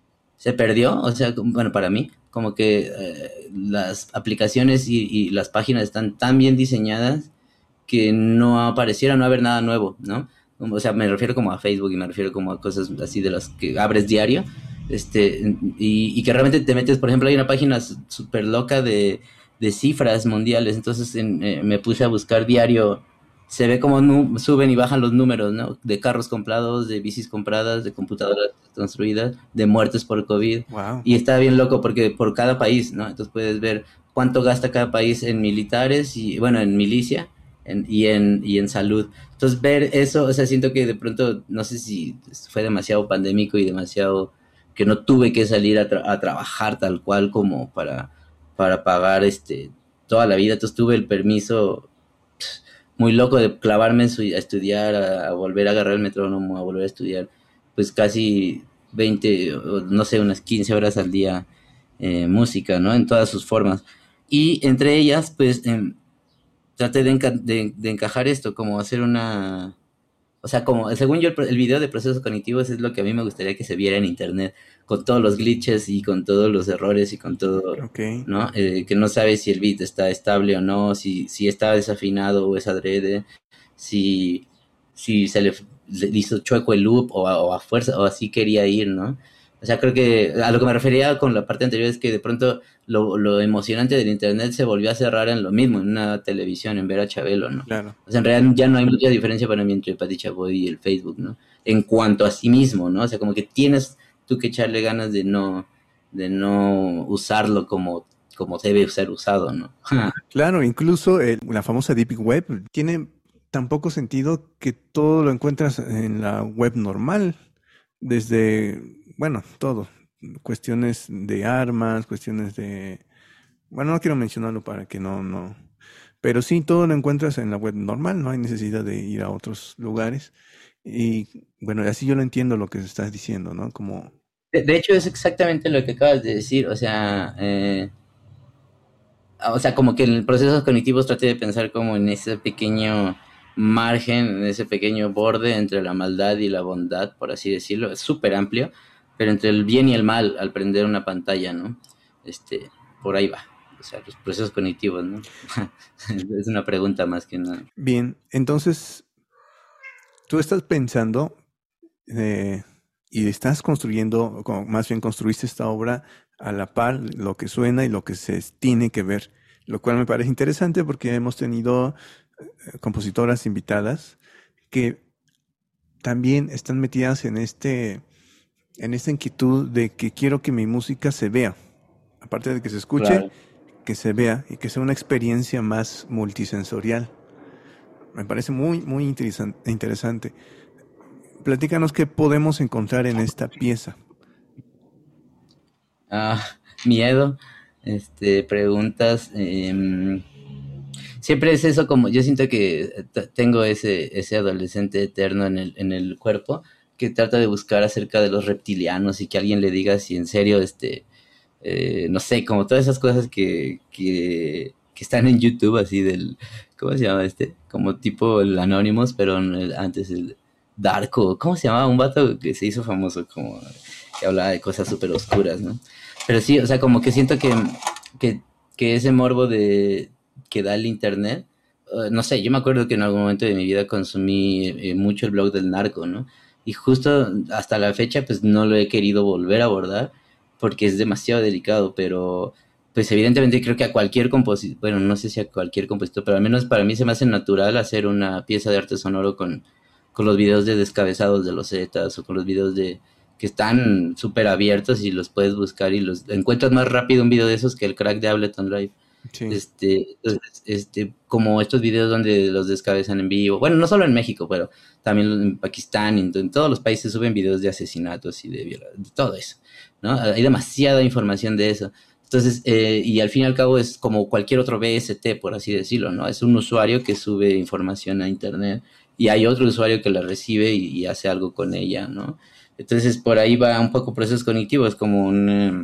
se perdió, o sea, bueno, para mí, como que eh, las aplicaciones y, y las páginas están tan bien diseñadas que no pareciera no haber nada nuevo, ¿no? O sea, me refiero como a Facebook y me refiero como a cosas así de las que abres diario, este, y, y que realmente te metes, por ejemplo, hay una página súper loca de, de cifras mundiales, entonces en, eh, me puse a buscar diario, se ve como nu suben y bajan los números, ¿no? De carros comprados, de bicis compradas, de computadoras construidas, de muertes por COVID, Wow. y está bien loco porque por cada país, ¿no? Entonces puedes ver cuánto gasta cada país en militares y, bueno, en milicia, en, y, en, y en salud. Entonces ver eso, o sea, siento que de pronto, no sé si fue demasiado pandémico y demasiado que no tuve que salir a, tra a trabajar tal cual como para, para pagar este toda la vida. Entonces tuve el permiso pff, muy loco de clavarme en su, a estudiar, a, a volver a agarrar el metrónomo, a volver a estudiar, pues casi veinte, no sé, unas quince horas al día eh, música, ¿no? En todas sus formas. Y entre ellas, pues, eh, traté de, enca de, de encajar esto, como hacer una... O sea, como, según yo, el, el video de procesos cognitivos es lo que a mí me gustaría que se viera en internet, con todos los glitches y con todos los errores y con todo, Ok. ¿no? Eh, que no sabes si el beat está estable o no, si, si está desafinado o es adrede, si, si se le, le hizo chueco el loop o a, o a fuerza o así quería ir, ¿no? O sea, creo que a lo que me refería con la parte anterior es que de pronto lo, lo emocionante del internet se volvió a cerrar en lo mismo, en una televisión, en ver a Chabelo, ¿no? Claro. O sea, en realidad ya no hay mucha diferencia para mí entre Pati Chapoy y el Facebook, ¿no? En cuanto a sí mismo, ¿no? O sea, como que tienes tú que echarle ganas de no, de no usarlo como, como debe ser usado, ¿no? Claro, incluso el- la famosa Deep Web tiene tan poco sentido que todo lo encuentras en la web normal, desde, bueno, todo, cuestiones de armas, cuestiones de, bueno, no quiero mencionarlo para que no, no, pero sí, todo lo encuentras en la web normal, no hay necesidad de ir a otros lugares. Y bueno, así yo lo entiendo lo que estás diciendo, ¿no? Como, De, de hecho, es exactamente lo que acabas de decir, o sea, eh, o sea, como que en procesos cognitivos traté de pensar como en ese pequeño margen, en ese pequeño borde entre la maldad y la bondad, por así decirlo, es súper amplio, pero entre el bien y el mal al prender una pantalla, ¿no? Este, por ahí va, o sea, los procesos cognitivos, ¿no? Es una pregunta más que nada. bien, entonces tú estás pensando eh, y estás construyendo, como más bien construiste esta obra a la par, lo que suena y lo que se tiene que ver, lo cual me parece interesante porque hemos tenido eh, compositoras invitadas que también están metidas en este, en esta inquietud de que quiero que mi música se vea, aparte de que se escuche, Claro. que se vea y que sea una experiencia más multisensorial. Me parece muy, muy interesan- interesante. Platícanos qué podemos encontrar en esta pieza. Ah, miedo, este, preguntas, em, siempre es eso como, yo siento que t- tengo ese, ese adolescente eterno en el, en el cuerpo que trata de buscar acerca de los reptilianos y que alguien le diga si en serio, este, eh, no sé, como todas esas cosas que, que, que están en YouTube, así del, ¿cómo se llama este? Como tipo el Anonymous, pero en el- antes el Darko, ¿cómo se llamaba? Un vato que se hizo famoso, como que hablaba de cosas súper oscuras, ¿no? Pero sí, o sea, como que siento que, que, que ese morbo de que da el internet, uh, no sé, yo me acuerdo que en algún momento de mi vida consumí eh, mucho el blog del narco, ¿no? Y justo hasta la fecha, pues no lo he querido volver a abordar porque es demasiado delicado, pero pues evidentemente creo que a cualquier compositor, bueno, no sé si a cualquier compositor, pero al menos para mí se me hace natural hacer una pieza de arte sonoro con, con los videos de descabezados de los Zetas o con los videos de, que están súper abiertos y los puedes buscar y los encuentras más rápido un video de esos que el crack de Ableton Live. Sí. Este, entonces, este, como estos videos donde los descabezan en vivo, bueno, no solo en México, pero también en Pakistán, en, en todos los países suben videos de asesinatos y de, viola- de todo eso, ¿no? Hay demasiada información de eso. Entonces, eh, y al fin y al cabo es como cualquier otro B S T, por así decirlo, ¿no? Es un usuario que sube información a internet y hay otro usuario que la recibe y, y hace algo con ella, ¿no? Entonces, por ahí va un poco procesos cognitivos, como un, eh,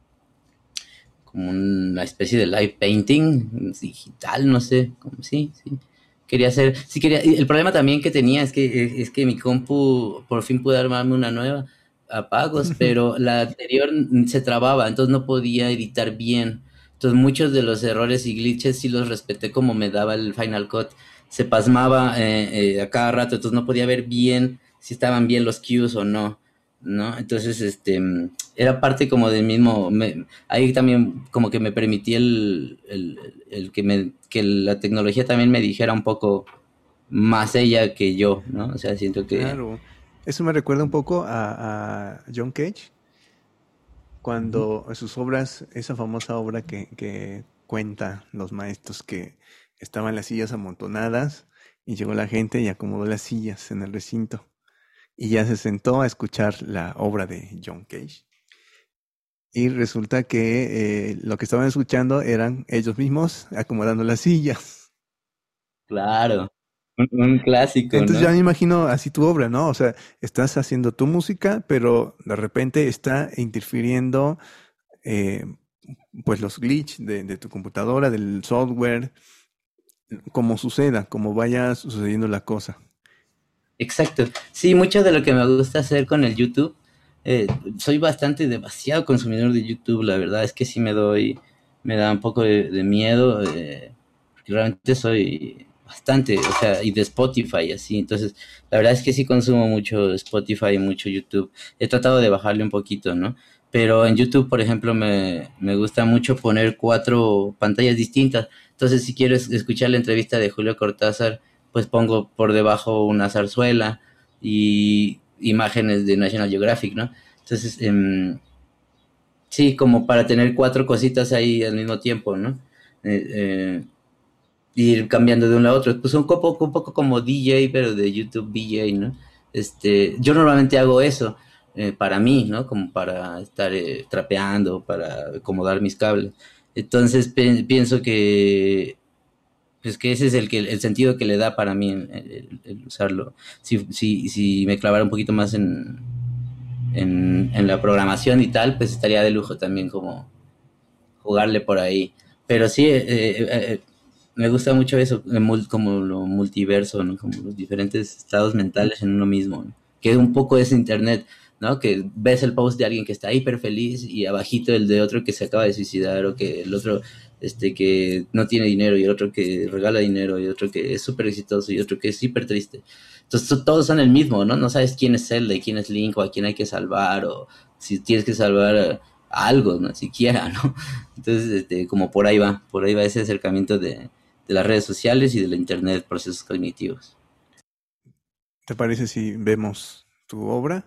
como una especie de live painting digital, no sé, como sí, sí. Quería hacer, sí quería, y el problema también que tenía es que, es que mi compu, por fin pude armarme una nueva a pagos, pero la anterior se trababa, entonces no podía editar bien. Entonces muchos de los errores y glitches sí los respeté como me daba el Final Cut. Se pasmaba eh, eh, a cada rato, entonces no podía ver bien si estaban bien los cues o no, ¿no? Entonces, este, mm, era parte como del mismo, me- ahí también como que me permití el, el, el que me, que la tecnología también me dijera un poco más ella que yo, ¿no? O sea, siento que, Claro. Eso me recuerda un poco a, a John Cage, ujú, cuando sus obras, esa famosa obra que, que cuenta los maestros que estaban las sillas amontonadas y llegó la gente y acomodó las sillas en el recinto y ya se sentó a escuchar la obra de John Cage. Y resulta que eh, lo que estaban escuchando eran ellos mismos acomodando las sillas. claro, un, un clásico, Entonces ya ¿no? me imagino así tu obra, ¿no? O sea, estás haciendo tu música, pero de repente está interfiriendo eh, pues los glitch de, de tu computadora, del software, como suceda, como vaya sucediendo la cosa. Exacto. Sí, mucho de lo que me gusta hacer con el YouTube, eh, soy bastante demasiado consumidor de YouTube, la verdad es que sí me doy, me da un poco de, de miedo, eh, porque realmente soy bastante, o sea, y de Spotify, así, entonces, la verdad es que sí consumo mucho Spotify y mucho YouTube. He tratado de bajarle un poquito, ¿no? Pero en YouTube, por ejemplo, me, me gusta mucho poner cuatro pantallas distintas. Entonces, si quiero es- escuchar la entrevista de Julio Cortázar, pues pongo por debajo una zarzuela y imágenes de National Geographic, ¿no? Entonces, em, sí, como para tener cuatro cositas ahí al mismo tiempo, ¿no? Eh, eh, ir cambiando de uno a otro. Pues un poco, un poco como D J, pero de YouTube D J, ¿no? Este, yo normalmente hago eso eh, para mí, ¿no? Como para estar eh, trapeando, para acomodar mis cables. Entonces pe- pienso que pues que ese es el que el sentido que le da para mí el, el- el usarlo. Si, si, si me clavara un poquito más en, en, en la programación y tal, pues estaría de lujo también como jugarle por ahí. Pero sí, eh, eh, eh, me gusta mucho eso, eh, mul- como lo multiverso, ¿no? Como los diferentes estados mentales en uno mismo, ¿no? Que un poco es internet, ¿no? Que ves el post de alguien que está hiper feliz y abajito el de otro que se acaba de suicidar o que el otro este que no tiene dinero y el otro que regala dinero y otro que es súper exitoso y otro que es hiper triste. Entonces to- todos son el mismo, ¿no? No sabes quién es Zelda y quién es Link o a quién hay que salvar o si tienes que salvar a algo, ¿no? Siquiera, ¿no? Entonces, este, como por ahí va, por ahí va ese acercamiento de, de las redes sociales y de la internet, procesos cognitivos. ¿Te parece si vemos tu obra?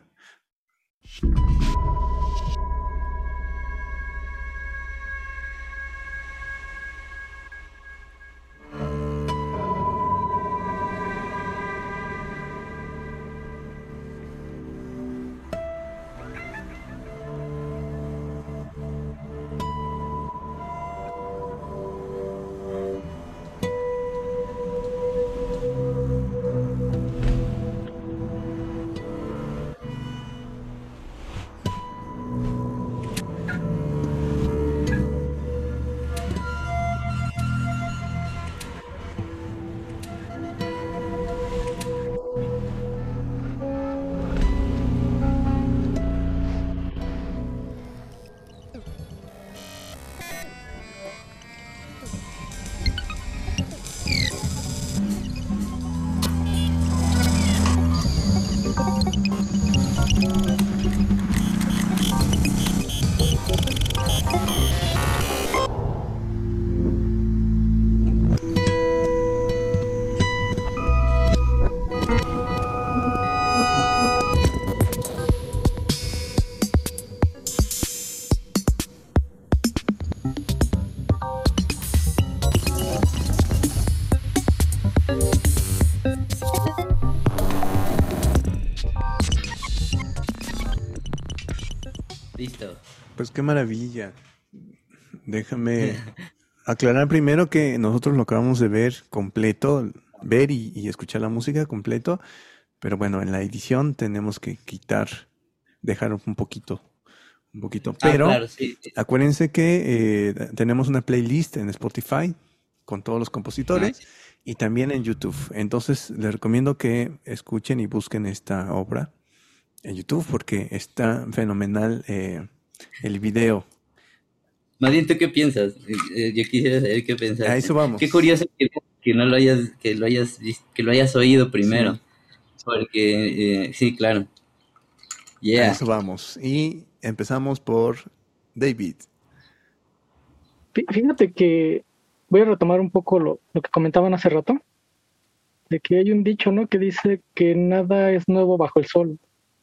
Pues qué maravilla. Déjame aclarar primero que nosotros lo acabamos de ver completo, ver y, y escuchar la música completo, pero bueno, en la edición tenemos que quitar, dejar un poquito, un poquito. Ah, Pero claro, sí. acuérdense que eh, tenemos una playlist en Spotify con todos los Ah, compositores sí. y también en YouTube. Entonces les recomiendo que escuchen y busquen esta obra en YouTube porque está fenomenal eh, el video. Más bien, ¿tú qué piensas? Eh, eh, yo quisiera saber qué A eso pensaste. Qué vamos. curioso que, que no lo hayas, que lo hayas, vis- que lo hayas oído primero. Sí, Porque, eh, sí, claro. a Yeah. eso vamos. Y empezamos por David. Fí- Fíjate que voy a retomar un poco lo, lo que comentaban hace rato, de que hay un dicho, ¿no? Que dice que nada es nuevo bajo el sol.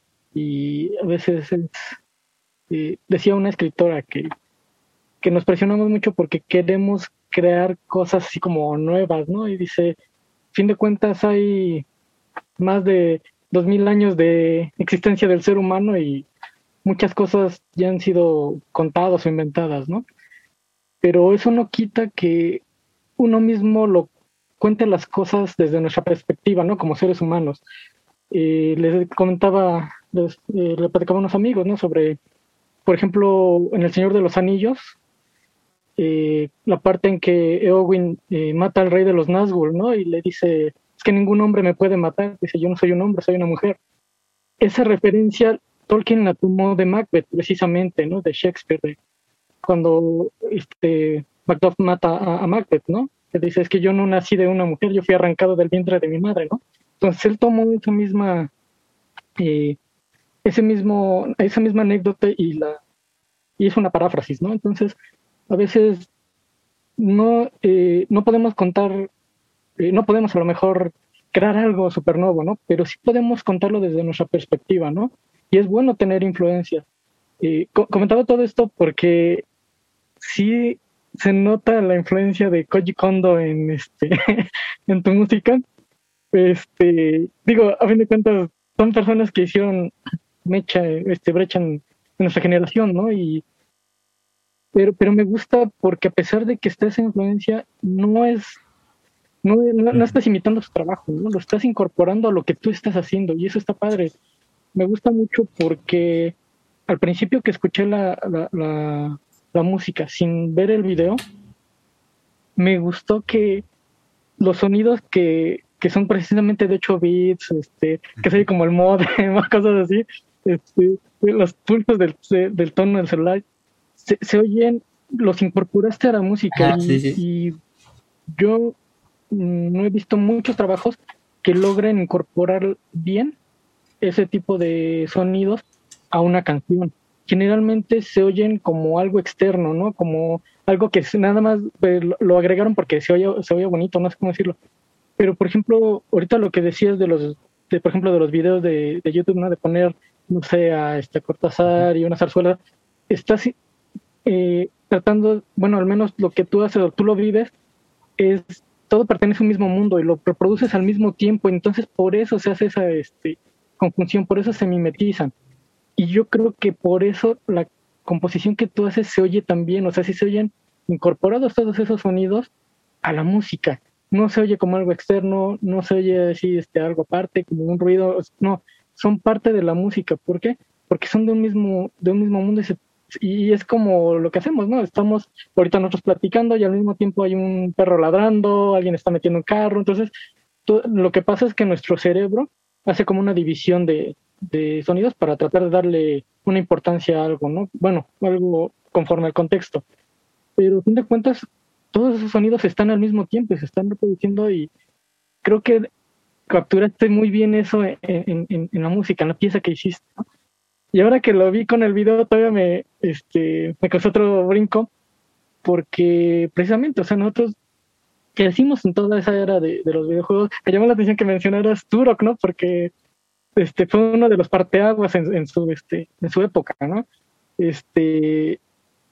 Y a veces es, eh, decía una escritora que, que nos presionamos mucho porque queremos crear cosas así como nuevas, ¿no? Y dice, fin de cuentas hay más de dos mil años de existencia del ser humano y muchas cosas ya han sido contadas o inventadas, ¿no? Pero eso no quita que uno mismo lo cuente las cosas desde nuestra perspectiva, ¿no? Como seres humanos. Eh, les comentaba, les, eh, le platicaba a unos amigos, ¿no? Sobre, por ejemplo, en El Señor de los Anillos, eh, la parte en que Eowyn eh, mata al rey de los Nazgûl, ¿no? Y le dice, es que ningún hombre me puede matar. Dice, yo no soy un hombre, soy una mujer. Esa referencia Tolkien la tomó de Macbeth, precisamente, ¿no? De Shakespeare, de cuando este, Macduff mata a, a Macbeth, ¿no? Que dice, es que yo no nací de una mujer, yo fui arrancado del vientre de mi madre, ¿no? Entonces él tomó esa misma, eh, ese mismo, esa misma anécdota y la y es una paráfrasis, ¿no? Entonces, a veces no, eh, no podemos contar, eh, no podemos a lo mejor crear algo súper nuevo, ¿no? Pero sí podemos contarlo desde nuestra perspectiva, ¿no? Y es bueno tener influencia. Eh, co comentaba todo esto porque sí se nota la influencia de Koji Kondo en este en tu música. Este, digo, a fin de cuentas, son personas que hicieron mecha, este, brecha en, en nuestra generación, ¿no? Y pero, pero me gusta porque a pesar de que está esa influencia, no es, no, no, no estás imitando su trabajo, ¿no? Lo estás incorporando a lo que tú estás haciendo y eso está padre. Me gusta mucho porque al principio que escuché la, la, la, la música sin ver el video, me gustó que los sonidos que, que son precisamente de ocho bits, este, que se oye como el modem, cosas así, este, los pulsos del, del tono del celular, se, se oyen, los incorporaste a la música Ajá, sí, y, sí. y yo mm, no he visto muchos trabajos que logren incorporar bien ese tipo de sonidos a una canción. Generalmente se oyen como algo externo, ¿no? Como algo que nada más eh, lo agregaron porque se oye, se oye bonito, no sé cómo decirlo. Pero, por ejemplo, ahorita lo que decías de los, de, por ejemplo, de los videos de, de YouTube, ¿no? De poner, no sé, a este Cortázar y una zarzuela, estás eh, tratando, bueno, al menos lo que tú haces o tú lo vives, es todo pertenece a un mismo mundo y lo reproduces al mismo tiempo, entonces por eso se hace esa este, conjunción, por eso se mimetizan. Y yo creo que por eso la composición que tú haces se oye tan bien, o sea, si se oyen incorporados todos esos sonidos a la música. No se oye como algo externo, no se oye así este, algo aparte, como un ruido, no, son parte de la música. ¿Por qué? Porque son de un mismo, de un mismo mundo y, se, y es como lo que hacemos, ¿no? Estamos ahorita nosotros platicando y al mismo tiempo hay un perro ladrando, alguien está metiendo un carro, entonces todo, lo que pasa es que nuestro cerebro hace como una división de, de sonidos para tratar de darle una importancia a algo, ¿no? Bueno, algo conforme al contexto. Pero a fin de cuentas, todos esos sonidos están al mismo tiempo, se están reproduciendo y creo que capturaste muy bien eso en, en, en, en la música, en la pieza que hiciste, ¿no? Y ahora que lo vi con el video todavía me, este, me causó otro brinco porque precisamente, o sea, nosotros crecimos en toda esa era de, de los videojuegos. Me llamó la atención que mencionaras Turok, ¿no? Porque este fue uno de los parteaguas en, en su este en su época, ¿no? Este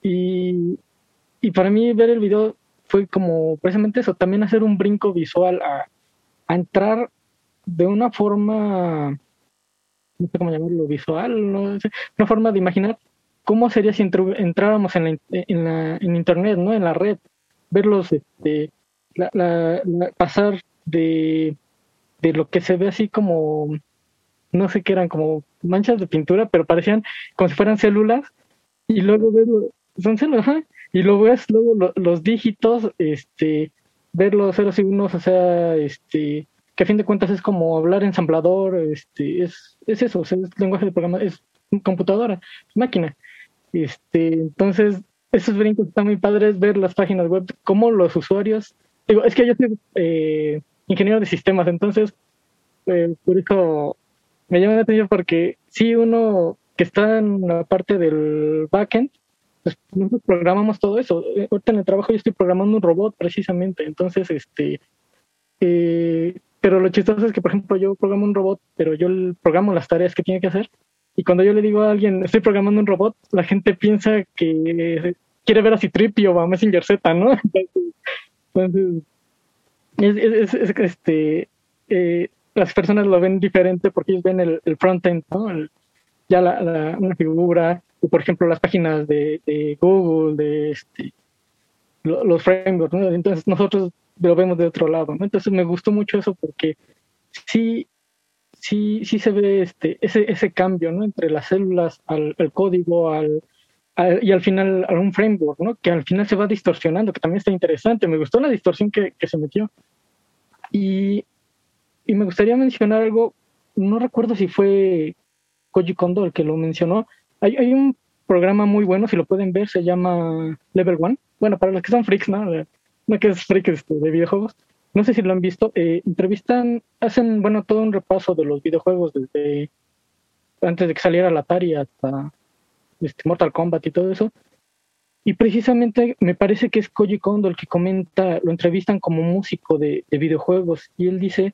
y, y para mí ver el video fue como precisamente eso, también hacer un brinco visual a, a entrar de una forma, no sé cómo llamarlo, visual, no sé, una forma de imaginar cómo sería si entru- entráramos en la, in- en la en internet, ¿no? En la red, verlos, este, la, la- la- pasar de, de lo que se ve así como, no sé qué eran, como manchas de pintura, pero parecían como si fueran células, y luego ves, lo- son células, ajá, y luego ves luego lo- los dígitos, este, ver los ceros y unos, o sea, este, que a fin de cuentas es como hablar ensamblador, este, es, es eso, o sea, es lenguaje de programa, es computadora, es máquina. Este, entonces, esos brincos están muy padres, ver las páginas web, cómo los usuarios, digo, es que yo soy eh, ingeniero de sistemas, entonces, eh, por eso me llama la atención porque si uno que está en la parte del backend, pues nosotros programamos todo eso. Eh, Ahorita en el trabajo yo estoy programando un robot precisamente, entonces, este, eh, pero lo chistoso es que, por ejemplo, yo programo un robot, pero yo el- programo las tareas que tiene que hacer. Y cuando yo le digo a alguien, estoy programando un robot, la gente piensa que quiere ver a Citripio o a Messenger Z, ¿no? Entonces, es, es- es- es, este, eh, las personas lo ven diferente porque ellos ven el, el frontend, ¿no? El- ya la, la- una figura, o por ejemplo las páginas de, de Google, de este, lo- los frameworks, ¿no? Entonces nosotros lo vemos de otro lado, ¿no? Entonces me gustó mucho eso porque sí, sí, sí se ve este, ese, ese cambio, ¿no? Entre las células, al, al código, al, al- y al final a un framework, ¿no? Que al final se va distorsionando, que también está interesante. Me gustó la distorsión que, que se metió. Y, y me gustaría mencionar algo, no recuerdo si fue Koji Kondo el que lo mencionó. Hay, hay un programa muy bueno, si lo pueden ver, se llama Level One. Bueno, para los que son freaks, ¿no? No que es freak este, de videojuegos. No sé si lo han visto. Eh, entrevistan, hacen, bueno, todo un repaso de los videojuegos desde antes de que saliera la Atari hasta este, Mortal Kombat y todo eso. Y precisamente me parece que es Koji Kondo el que comenta, lo entrevistan como músico de, de videojuegos y él dice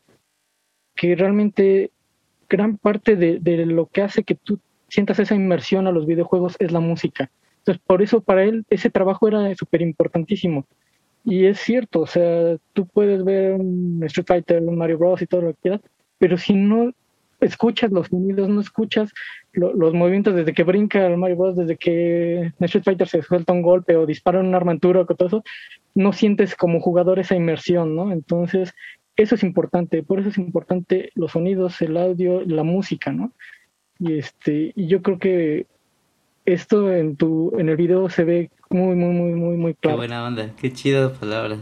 que realmente gran parte de, de lo que hace que tú sientas esa inmersión a los videojuegos es la música. Entonces, por eso para él ese trabajo era súper importantísimo. Y es cierto, o sea, tú puedes ver un Street Fighter, un Mario Bros. Y todo lo que quieras, pero si no escuchas los sonidos, no escuchas lo, los movimientos desde que brinca el Mario Bros., desde que en Street Fighter se suelta un golpe o dispara una armadura o todo eso, no sientes como jugador esa inmersión, ¿no? Entonces, eso es importante, por eso es importante los sonidos, el audio, la música, ¿no? Y este, y yo creo que esto en tu, en el video se ve muy, muy, muy, muy, muy Qué claro. buena onda, qué chido palabras.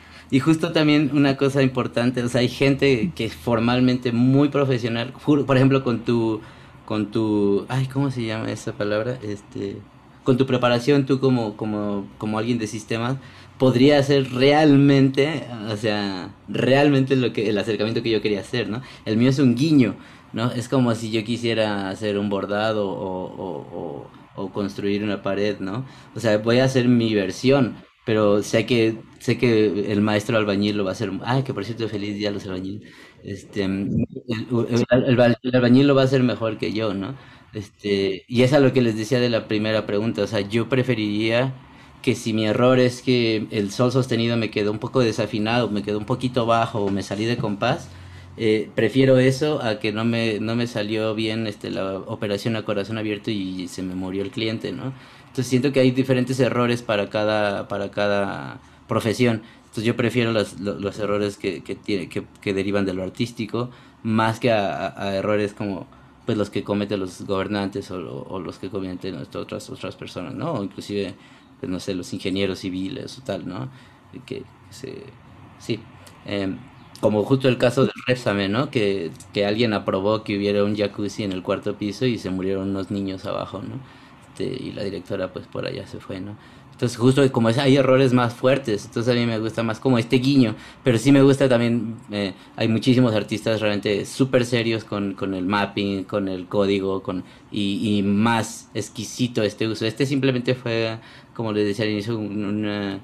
Y justo también una cosa importante, o sea, hay gente que es formalmente muy profesional, juro, por ejemplo, con tu, con tu, ay, ¿cómo se llama esa palabra? Este, con tu preparación, tú como, como, como alguien de sistemas, podría hacer realmente, o sea, realmente lo que, el acercamiento que yo quería hacer, ¿no? El mío es un guiño, ¿no? Es como si yo quisiera hacer un bordado o, o, o, o construir una pared, ¿no? O sea, voy a hacer mi versión, pero sé que sé que el maestro albañil lo va a hacer. Ay, que por cierto, feliz día a los albañiles. Este, el, el- el al- el albañil lo va a hacer mejor que yo, ¿no? Este, y es a lo que les decía de la primera pregunta. O sea, yo preferiría que si mi error es que el sol sostenido me quedó un poco desafinado, me quedó un poquito bajo o me salí de compás, eh, prefiero eso a que no me, no me salió bien este, la operación a corazón abierto y se me murió el cliente, ¿no? Entonces siento que hay diferentes errores para cada, para cada profesión. Entonces yo prefiero los, los, los errores que, que, tiene, que, que derivan de lo artístico más que a, a, a errores como pues los que cometen los gobernantes o, o los que cometen otras, otras personas, ¿no? O inclusive, pues no sé, los ingenieros civiles o tal, ¿no? Que, que se, sí. Eh, como justo el caso del Répsame, ¿no? Que, que alguien aprobó que hubiera un jacuzzi en el cuarto piso y se murieron unos niños abajo, ¿no? Este, y la directora pues por allá se fue, ¿no? Entonces justo como es, hay errores más fuertes, entonces a mí me gusta más como este guiño, pero sí me gusta también, eh, hay muchísimos artistas realmente súper serios con, con el mapping, con el código, con y, y más exquisito este uso. Este simplemente fue, como les decía al inicio, una,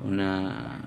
una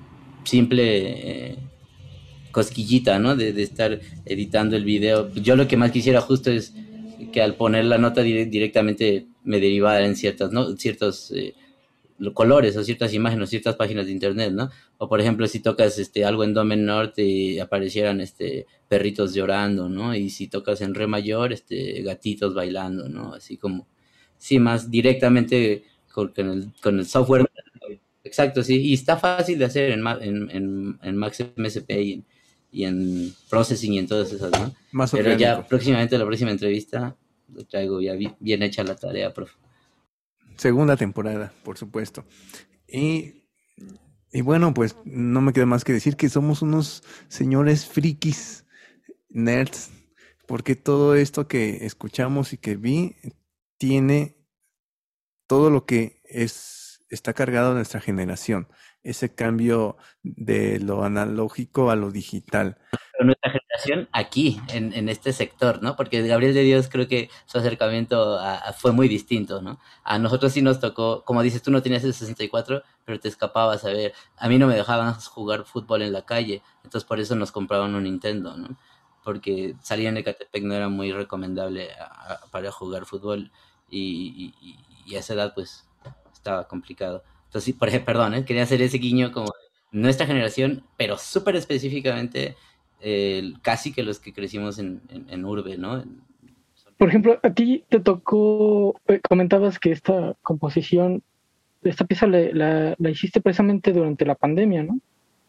simple eh, cosquillita, ¿no? De, de estar editando el video. Yo lo que más quisiera justo es que al poner la nota dire directamente me derivara en ciertas, ¿no? Ciertos eh, colores o ciertas imágenes o ciertas páginas de internet, ¿no? O por ejemplo, si tocas este algo en do menor te aparecieran este perritos llorando, ¿no? Y si tocas en re mayor, este gatitos bailando, ¿no? Así como sí, más directamente con, con el, con el software. Exacto, sí, y está fácil de hacer en, Ma- en, en, en Max M S P y en, y en Processing y en todas esas, ¿no? Más Pero ya orgánico. próximamente, la próxima entrevista, lo traigo ya bi- bien hecha la tarea, profe. Segunda temporada, por supuesto. Y, y bueno, pues no me queda más que decir que somos unos señores frikis, nerds, porque todo esto que escuchamos y que vi tiene todo lo que es está cargado a nuestra generación, ese cambio de lo analógico a lo digital. Pero nuestra generación aquí, en, en este sector, ¿no? Porque Gabriel de Dios creo que su acercamiento a- a- fue muy distinto, ¿no? A nosotros sí nos tocó, como dices, tú no tenías el sesenta y cuatro, pero te escapabas a ver. A mí no me dejaban jugar fútbol en la calle, entonces por eso nos compraban un Nintendo, ¿no? Porque salir en Ecatepec no era muy recomendable a- a- para jugar fútbol y, y- y- y a esa edad pues estaba complicado. Entonces, sí, por ejemplo, perdón, ¿eh? Quería hacer ese guiño como nuestra generación, pero súper específicamente eh, casi que los que crecimos en, en, en urbe, ¿no? En- Por ejemplo, a ti te tocó, eh, comentabas que esta composición, esta pieza le- la, la hiciste precisamente durante la pandemia, ¿no?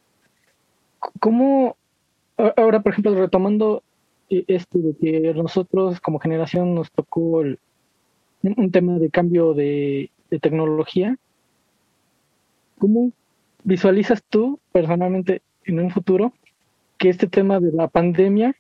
C- ¿Cómo, a- ahora, por ejemplo, retomando eh, esto de que nosotros como generación nos tocó el- un, un tema de cambio de, de tecnología, ¿cómo visualizas tú personalmente en un futuro que este tema de la pandemia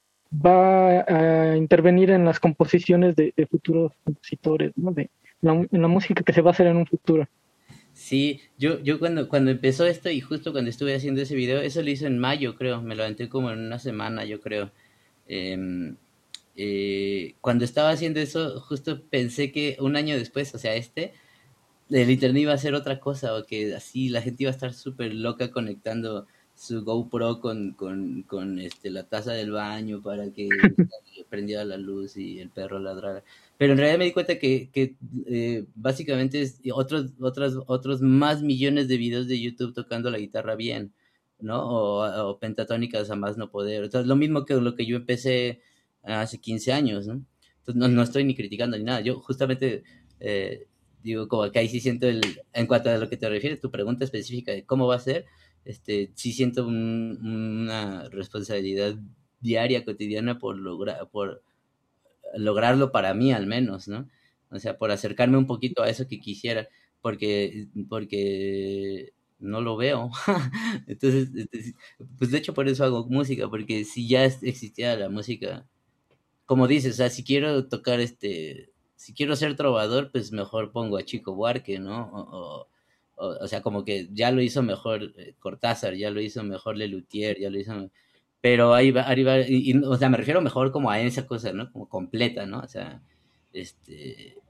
va a intervenir en las composiciones de, de futuros compositores, ¿no? De la, en la música que se va a hacer en un futuro? Sí, yo, yo cuando, cuando empezó esto y justo cuando estuve haciendo ese video, eso lo hice en mayo, creo, me lo aventé como en una semana, yo creo. Em, eh, cuando estaba haciendo eso, justo pensé que un año después, o sea, este, el internet iba a ser otra cosa, o que así la gente iba a estar súper loca conectando su GoPro con, con, con este, la taza del baño para que prendiera la luz y el perro ladrara. Pero en realidad me di cuenta que, que eh, básicamente es otros, otras, otros más millones de videos de YouTube tocando la guitarra bien, ¿no? O, o pentatónicas a más no poder. Entonces, lo mismo que lo que yo empecé hace quince años, ¿no? Entonces, no, no estoy ni criticando ni nada. Yo justamente... Eh, digo, como que ahí sí siento el, en cuanto a lo que te refieres, tu pregunta específica de cómo va a ser, este, sí siento un, una responsabilidad diaria, cotidiana por lograr, por lograrlo para mí al menos, ¿no? O sea, por acercarme un poquito a eso que quisiera, porque, porque no lo veo. Entonces, este, pues de hecho por eso hago música, porque si ya existiera la música, como dices, o sea, si quiero tocar este, si quiero ser trovador, pues mejor pongo a Chico Buarque, ¿no? O, o, o, o sea, como que ya lo hizo mejor eh, Cortázar, ya lo hizo mejor Lelutier, ya lo hizo... Pero ahí va, ahí va, y, y, o sea, me refiero mejor como a esa cosa, ¿no? Como completa, ¿no? O sea, este...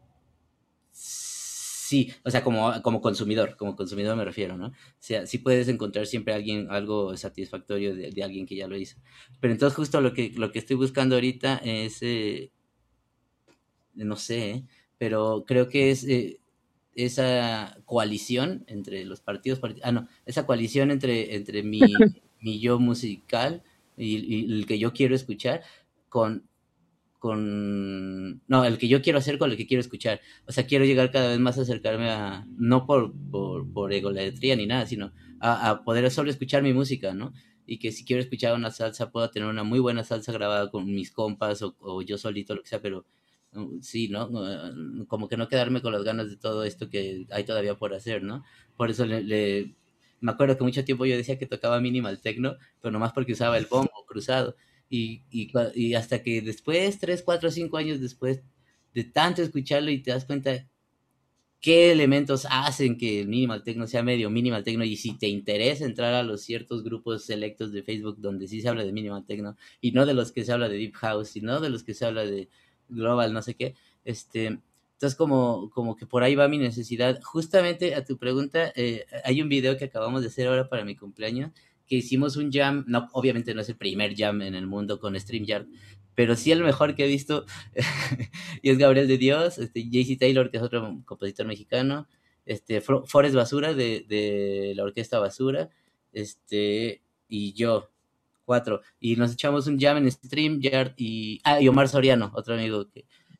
Sí, o sea, como, como consumidor, como consumidor me refiero, ¿no? O sea, sí puedes encontrar siempre alguien, algo satisfactorio de, de alguien que ya lo hizo. Pero entonces justo lo que, lo que estoy buscando ahorita es, eh, no sé, ¿eh? Pero creo que es eh, esa coalición entre los partidos, politi- ah, no, esa coalición entre, entre mi, mi yo musical y, y el que yo quiero escuchar con, con, no, el que yo quiero hacer con el que quiero escuchar. O sea, quiero llegar cada vez más a acercarme a, no por, por, por egolatría ni nada, sino a, a poder solo escuchar mi música, ¿no? Y que si quiero escuchar una salsa, pueda tener una muy buena salsa grabada con mis compas o, o yo solito, lo que sea, pero uh, sí, ¿no? Uh, como que no quedarme con las ganas de todo esto que hay todavía por hacer, ¿no? Por eso le, le... me acuerdo que mucho tiempo yo decía que tocaba minimal techno, pero nomás porque usaba el bombo cruzado. Y, y, y hasta que después, tres, cuatro, cinco años después de tanto escucharlo y te das cuenta qué elementos hacen que el minimal techno sea medio minimal techno y si te interesa entrar a los ciertos grupos selectos de Facebook donde sí se habla de minimal techno y no de los que se habla de deep house y no de los que se habla de global no sé qué, este, entonces como, como que por ahí va mi necesidad. Justamente a tu pregunta, eh, hay un video que acabamos de hacer ahora para mi cumpleaños que hicimos un jam, no, obviamente no es el primer jam en el mundo con StreamYard, pero sí el mejor que he visto y es Gabriel de Dios, este, J C Taylor, que es otro compositor mexicano, este, Forest Basura de, de la Orquesta Basura, este, y yo, cuatro. Y nos echamos un jam en StreamYard y, ah, y Omar Soriano, otro amigo que,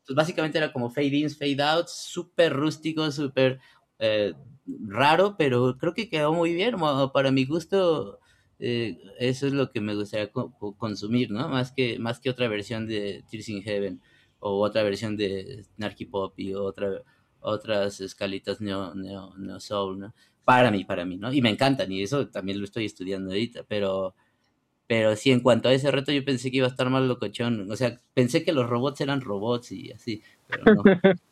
Pues básicamente era como fade ins, fade outs, súper rústico, súper eh, raro, pero creo que quedó muy bien. Para mi gusto, eh, eso es lo que me gustaría co consumir, ¿no? Más que, más que otra versión de Tears in Heaven, o otra versión de Snarky Puppy, o otra, otras escalitas neo, neo, neo soul, ¿no? Para mí, para mí, ¿no? Y me encantan, y eso también lo estoy estudiando ahorita, pero... Pero sí, en cuanto a ese reto, yo pensé que iba a estar más locochón. O sea, pensé que los robots eran robots y así, pero no.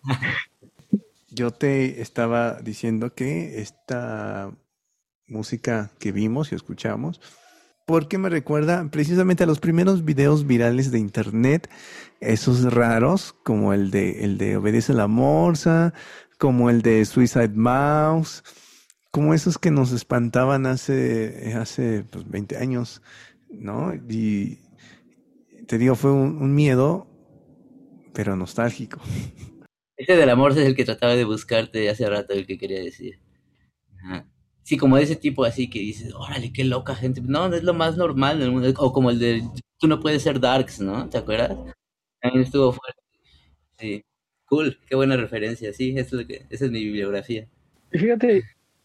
Yo te estaba diciendo que esta música que vimos y escuchamos, porque me recuerda precisamente a los primeros videos virales de internet, esos raros, como el de el de Obedece la Morsa, como el de Suicide Mouse, como esos que nos espantaban hace, hace pues, veinte años, ¿no? Y te digo, fue un, un miedo, pero nostálgico. Ese del amor es el que trataba de buscarte hace rato, el que quería decir. Ajá. Sí, como de ese tipo así que dices, órale, qué loca gente. No, es lo más normal del mundo. O como el de, tú no puedes ser darks, ¿no? ¿Te acuerdas? También estuvo fuerte. Sí. Cool, qué buena referencia. Sí, eso es lo que, esa es mi bibliografía. Y fíjate,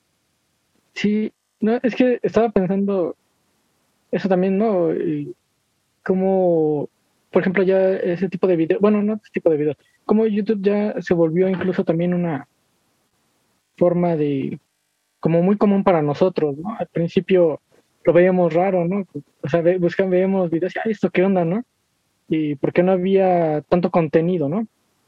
sí, no, es que estaba pensando eso también, ¿no? Y como, por ejemplo, ya ese tipo de videos, bueno, no ese tipo de videos, como YouTube ya se volvió incluso también una forma de, como muy común para nosotros, ¿no? Al principio lo veíamos raro, ¿no? O sea, ve, buscan, veíamos videos y, ay, ¿esto qué onda, no? Y porque no había tanto contenido, ¿no?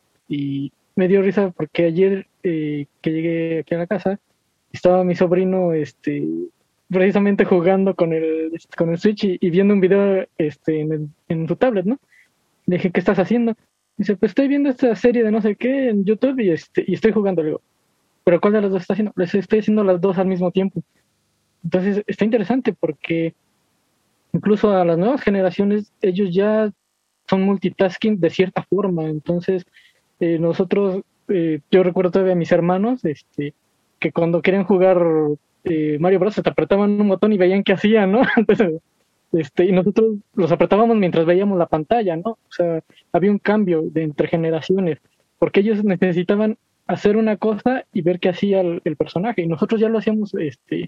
Y me dio risa porque ayer eh, que llegué aquí a la casa, estaba mi sobrino, este, precisamente jugando con el, con el Switch y, y viendo un video, este, en, el, en su tablet, ¿no? Le dije, ¿qué estás haciendo? Dice, pues estoy viendo esta serie de no sé qué en YouTube y, este, y estoy jugando. Le digo, ¿pero cuál de las dos está haciendo? Les estoy haciendo las dos al mismo tiempo. Entonces está interesante porque incluso a las nuevas generaciones ellos ya son multitasking de cierta forma. Entonces eh, nosotros, eh, yo recuerdo todavía a mis hermanos, este, que cuando querían jugar eh, Mario Bros. Se te apretaban un botón y veían qué hacían, ¿no? Entonces, este, y nosotros los apretábamos mientras veíamos la pantalla, ¿no? O sea, había un cambio de entre generaciones, porque ellos necesitaban hacer una cosa y ver qué hacía el, el personaje, y nosotros ya lo hacíamos este,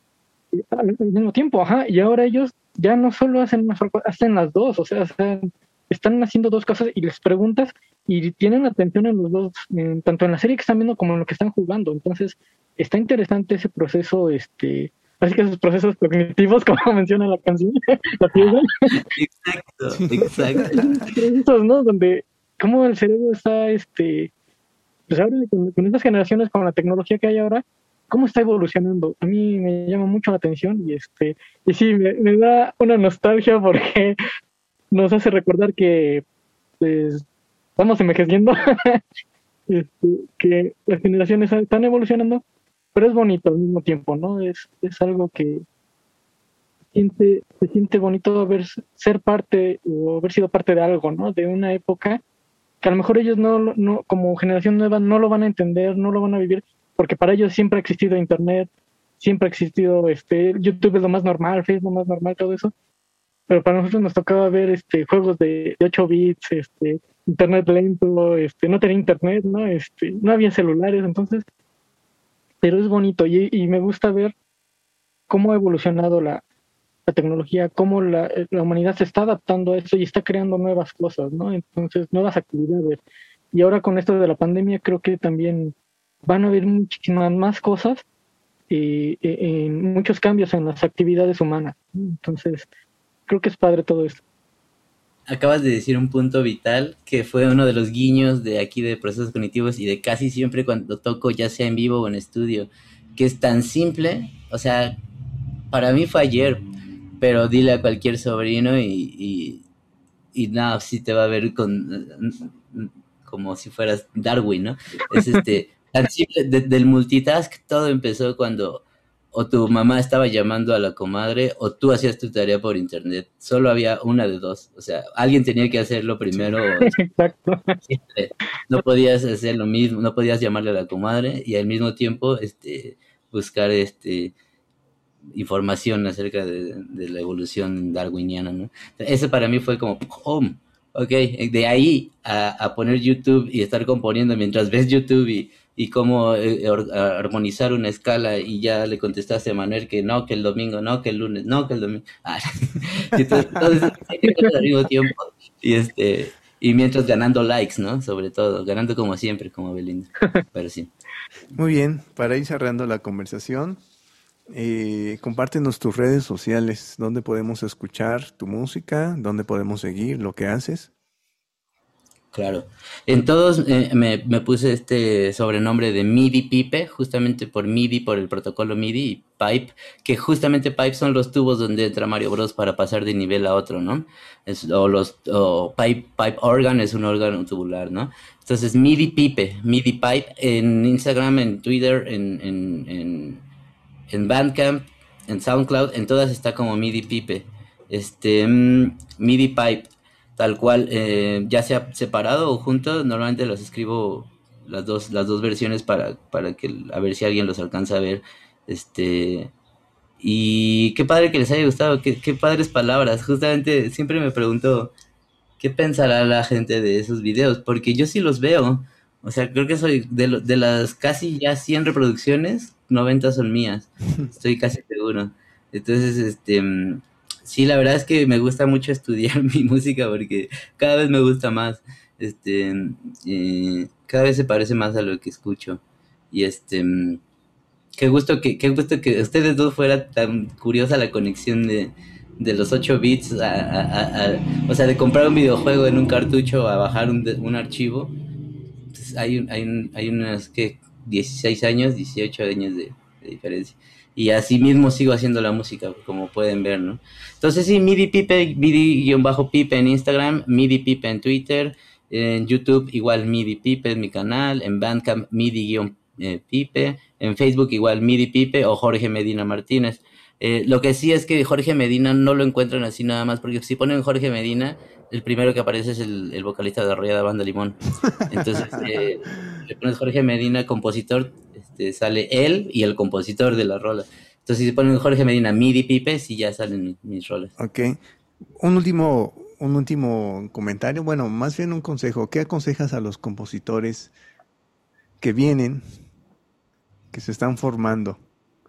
al, al mismo tiempo, ajá, y ahora ellos ya no solo hacen una sola cosa, hacen las dos, o sea, o sea, están haciendo dos cosas y les preguntas y tienen atención en los dos, en, tanto en la serie que están viendo como en lo que están jugando. Entonces, está interesante ese proceso, este, así que esos procesos cognitivos, como menciona la canción, la pieza. Exacto, exacto. Procesos, ¿no? Donde, cómo el cerebro está, este, pues ahora con, con estas generaciones, con la tecnología que hay ahora, cómo está evolucionando. A mí me llama mucho la atención y este, y sí, me, me da una nostalgia porque nos hace recordar que pues, estamos envejeciendo, este, que las generaciones están evolucionando, pero es bonito al mismo tiempo, ¿no? Es, es algo que siente, se siente bonito haber ser parte o haber sido parte de algo, ¿no? De una época que a lo mejor ellos no, no, como generación nueva, no lo van a entender, no lo van a vivir, porque para ellos siempre ha existido Internet, siempre ha existido, este, YouTube es lo más normal, Facebook es lo más normal, todo eso, pero para nosotros nos tocaba ver este juegos de, de ocho bits, este internet lento, este no tenía internet, no este no había celulares, entonces, pero es bonito y, y me gusta ver cómo ha evolucionado la, la tecnología, cómo la, la humanidad se está adaptando a eso y está creando nuevas cosas, ¿no? Entonces, nuevas actividades. Y ahora con esto de la pandemia creo que también van a haber muchísimas más cosas y, y, y muchos cambios en las actividades humanas. Entonces, creo que es padre todo esto. Acabas de decir un punto vital que fue uno de los guiños de aquí de procesos cognitivos y de casi siempre cuando toco, ya sea en vivo o en estudio, que es tan simple, o sea, para mí fue ayer, pero dile a cualquier sobrino y, y, y nada, sí te va a ver con como si fueras Darwin, ¿no? Es este, tan simple, de, del multitask todo empezó cuando o tu mamá estaba llamando a la comadre o tú hacías tu tarea por internet. Solo había una de dos. O sea, alguien tenía que hacerlo primero. Exacto. Siempre. No podías hacer lo mismo, no podías llamarle a la comadre y al mismo tiempo este, buscar este, información acerca de, de la evolución darwiniana, ¿no? Eso para mí fue como, ¡pum! Ok, de ahí a, a poner YouTube y estar componiendo mientras ves YouTube y, y cómo eh, or- armonizar una escala y ya le contestaste a Manuel que no, que el domingo, no, que el lunes, no, que el domingo. Ah, y entonces, entonces siete cosas al mismo tiempo y este y mientras ganando likes, ¿no? Sobre todo, ganando como siempre, como Belinda. Pero sí. Muy bien, para ir cerrando la conversación, eh, compártenos tus redes sociales, dónde podemos escuchar tu música, dónde podemos seguir lo que haces. Claro. En todos eh, me, me puse este sobrenombre de MIDI Pipe, justamente por MIDI, por el protocolo MIDI y Pipe, que justamente Pipe son los tubos donde entra Mario Bros para pasar de nivel a otro, ¿no? Es, o los o Pipe, Pipe Organ es un órgano tubular, ¿no? Entonces MIDI Pipe, MIDI Pipe en Instagram, en Twitter, en, en, en, en Bandcamp, en SoundCloud, en todas está como MIDI Pipe. Este, mm, MIDI Pipe, tal cual, eh, ya sea separado o junto, normalmente los escribo las dos, las dos versiones para, para que a ver si alguien los alcanza a ver. Este, y qué padre que les haya gustado, qué, qué padres palabras. Justamente siempre me pregunto qué pensará la gente de esos videos, porque yo sí los veo. O sea, creo que soy de, lo- de las casi ya cien reproducciones, noventa son mías. Estoy casi seguro. Entonces, este, mm, sí, la verdad es que me gusta mucho estudiar mi música porque cada vez me gusta más. Este, eh, cada vez se parece más a lo que escucho. Y este, mm, qué gusto que, qué gusto que ustedes dos fuera tan curiosa la conexión de, de los ocho bits a, a- a- a- o sea, de comprar un videojuego en un cartucho a bajar un, de- un archivo. Pues hay, un- hay, un- hay unas que dieciséis años, dieciocho años de, de diferencia. Y así mismo sigo haciendo la música, como pueden ver, ¿no? Entonces sí, MIDI Pipe, MIDI-Pipe en Instagram, MIDI Pipe en Twitter, en YouTube igual MIDI Pipe es mi canal, en Bandcamp MIDI-Pipe, en Facebook igual MIDI Pipe o Jorge Medina Martínez. Eh, lo que sí es que Jorge Medina no lo encuentran así nada más, porque si ponen Jorge Medina, el primero que aparece es el, el vocalista de Arrollada Banda Limón. Entonces, eh, le pones Jorge Medina, compositor, este, sale él y el compositor de la rola. Entonces, si ponen Jorge Medina, MIDI Pipe, sí ya salen mis, mis rolas. Ok. Un último, un último comentario, bueno, más bien un consejo. ¿Qué aconsejas a los compositores que vienen, que se están formando?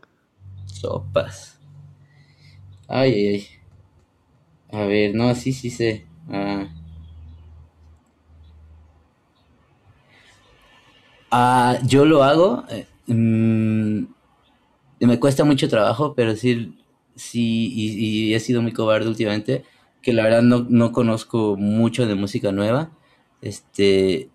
Sopas. Ay, ay, ay. A ver, no, sí, sí sé. Ah, ah, yo lo hago. eh, mm, me cuesta mucho trabajo, pero sí, sí, y, y he sido muy cobarde últimamente, que la verdad no, no conozco mucho de música nueva. Este,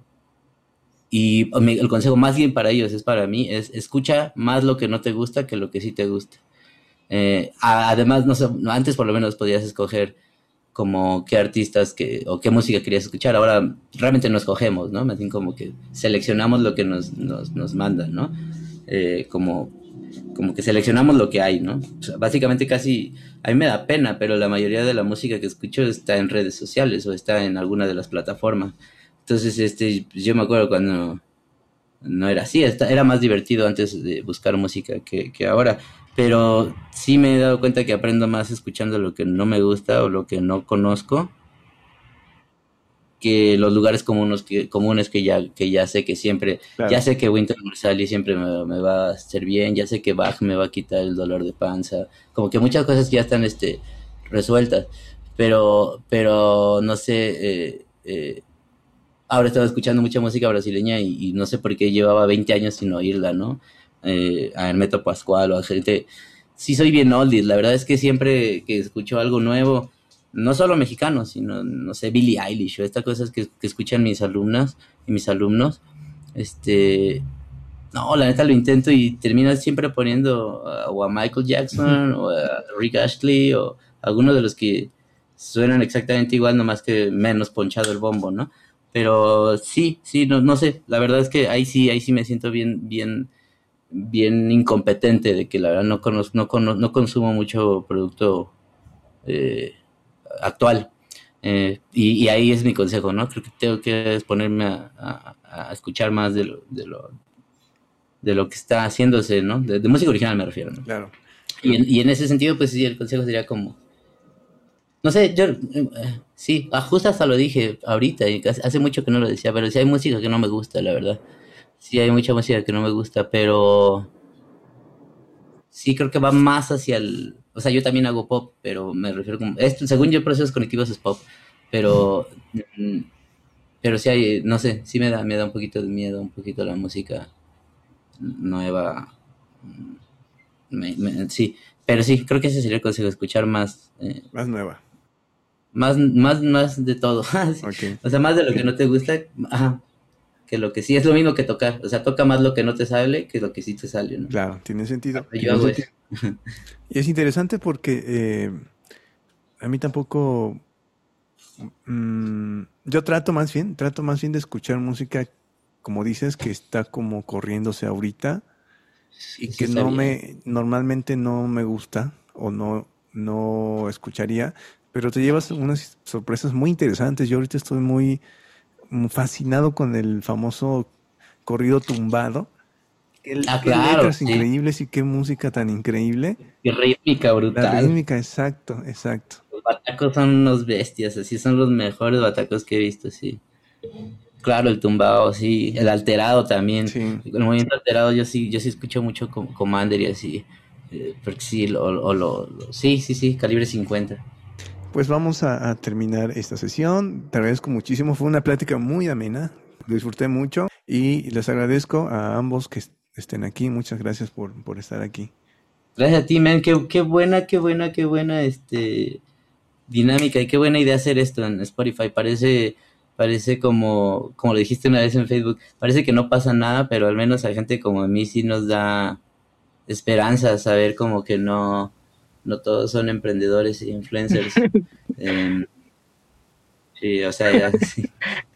y mi- el consejo más bien para ellos es para mí, es escucha más lo que no te gusta que lo que sí te gusta. Eh, a- además, no sé, no, antes por lo menos podías escoger como qué artistas que, o qué música querías escuchar. Ahora realmente no escogemos, ¿no? Más bien como que seleccionamos lo que nos, nos, nos mandan, ¿no? Eh, como, como que seleccionamos lo que hay, ¿no? O sea, básicamente casi, a mí me da pena, pero la mayoría de la música que escucho está en redes sociales o está en alguna de las plataformas. Entonces, este, pues yo me acuerdo cuando no era así, esta- era más divertido antes de buscar música que, que ahora, pero sí me he dado cuenta que aprendo más escuchando lo que no me gusta o lo que no conozco que los lugares comunes que, comunes que ya, que ya sé que siempre, ya Claro. sé que Wynton Marsalis siempre me, me va a hacer bien, ya sé que Bach me va a quitar el dolor de panza, como que muchas cosas ya están este, resueltas, pero, pero no sé, eh, eh, ahora estaba escuchando mucha música brasileña y, y no sé por qué llevaba veinte años sin oírla, ¿no? Eh, a Hermeto Pascual o a gente... Sí soy bien oldies, la verdad es que siempre que escucho algo nuevo, no solo mexicano, sino, no sé, Billie Eilish o estas cosas que, que escuchan mis alumnas y mis alumnos, este... No, la neta lo intento y terminas siempre poniendo uh, o a Michael Jackson o a Rick Astley o alguno de los que suenan exactamente igual, nomás que menos ponchado el bombo, ¿no? Pero sí, sí, no, no sé, la verdad es que ahí sí, ahí sí me siento bien, bien, bien incompetente de que la verdad no conozco, no, cono- no consumo mucho producto eh, actual. Eh, y, y ahí es mi consejo, ¿no? Creo que tengo que ponerme a, a- a escuchar más de lo, de lo, de lo que está haciéndose, ¿no? De, de música original me refiero, ¿no? Claro. Y en, y en ese sentido, pues sí, el consejo sería como, No sé, yo, eh, sí, ah, justo hasta lo dije ahorita, y hace hace mucho que no lo decía, pero sí hay música que no me gusta, la verdad. Sí hay mucha música que no me gusta, pero sí creo que va más hacia el... O sea, yo también hago pop, pero me refiero como... Esto, según yo, procesos cognitivos es pop, pero... mm, pero sí hay, no sé, sí me da, me da un poquito de miedo, un poquito la música nueva. Me- me- sí, pero sí, creo que ese sería el consejo, escuchar más, eh, Más nueva. más, más, más de todo. Sí. Ok. O sea, más de lo que no te gusta, ajá, que lo que sí es lo mismo que tocar. O sea, toca más lo que no te sale que lo que sí te sale, ¿no? Claro, tiene sentido. Yo hago eso. Y es interesante porque eh, a mí tampoco... mm, yo trato más bien, trato más bien de escuchar música, como dices, que está como corriéndose ahorita y Eso que está no bien. me, normalmente no me gusta o no, no escucharía, pero te llevas unas sorpresas muy interesantes. Yo ahorita estoy muy, muy fascinado con el famoso corrido tumbado. Qué, Ah, qué claro, letras sí. increíbles y qué música tan increíble. Qué rítmica La brutal. rítmica, exacto, exacto. Los batacos son unos bestias, así son los mejores batacos que he visto, sí. Claro, el tumbado, sí, el alterado también. Sí. El movimiento alterado yo sí, yo sí escucho mucho com- Commander y así. Eh, porque sí, lo, o lo, lo- sí, sí, sí, calibre cincuenta. Pues vamos a, a terminar esta sesión. Te agradezco muchísimo. Fue una plática muy amena. Lo disfruté mucho y les agradezco a ambos que est- estén aquí. Muchas gracias por, por estar aquí. Gracias a ti, man, qué, qué buena, qué buena, qué buena este dinámica y qué buena idea hacer esto en Spotify. Parece, parece como, como lo dijiste una vez en Facebook, parece que no pasa nada, pero al menos a gente como a mí sí nos da esperanza saber como que no, no todos son emprendedores e influencers. Em, sí, o sea, ya, sí.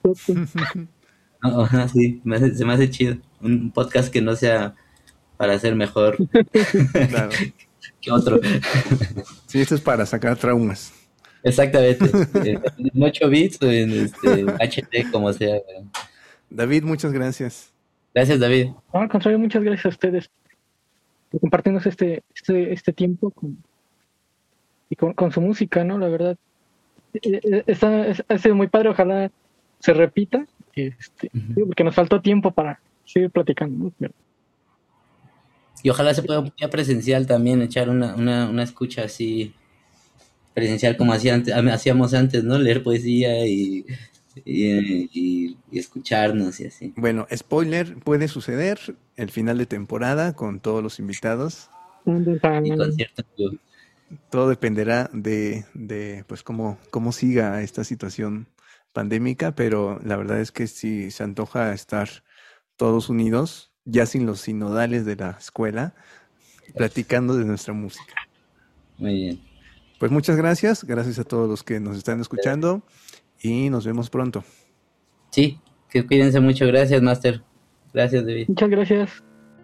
No, ajá, sí, me hace- se me hace chido. Un podcast que no sea para ser mejor Claro. que otro. Sí, esto es para sacar traumas. Exactamente. En en ocho bits o en este H D, como sea. güey. David, muchas gracias. Gracias, David. No, al contrario, muchas gracias a ustedes por compartirnos este, este, este tiempo con, y con, con su música, ¿no? La verdad, eh, eh, está, es- ha sido muy padre, ojalá se repita, este, Ujú. digo, porque nos faltó tiempo para seguir platicando, ¿no? Pero, Y ojalá se pueda un día presencial también, echar una, una, una escucha así presencial como hacía antes- hacíamos antes, ¿no? Leer poesía y, y, y- y escucharnos y así. Bueno, spoiler, puede suceder el final de temporada con todos los invitados. Y tan- conciertos. Güey. Todo dependerá de, de pues cómo, cómo siga esta situación pandémica, pero la verdad es que si se antoja estar todos unidos, ya sin los sinodales de la escuela, platicando de nuestra música. Muy bien. Pues muchas gracias, gracias a todos los que nos están escuchando y nos vemos pronto. Sí, que cuídense mucho. Gracias, Master. Gracias, David. Muchas gracias.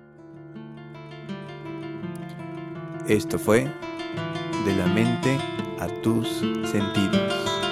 Esto fue De la mente a tus sentidos.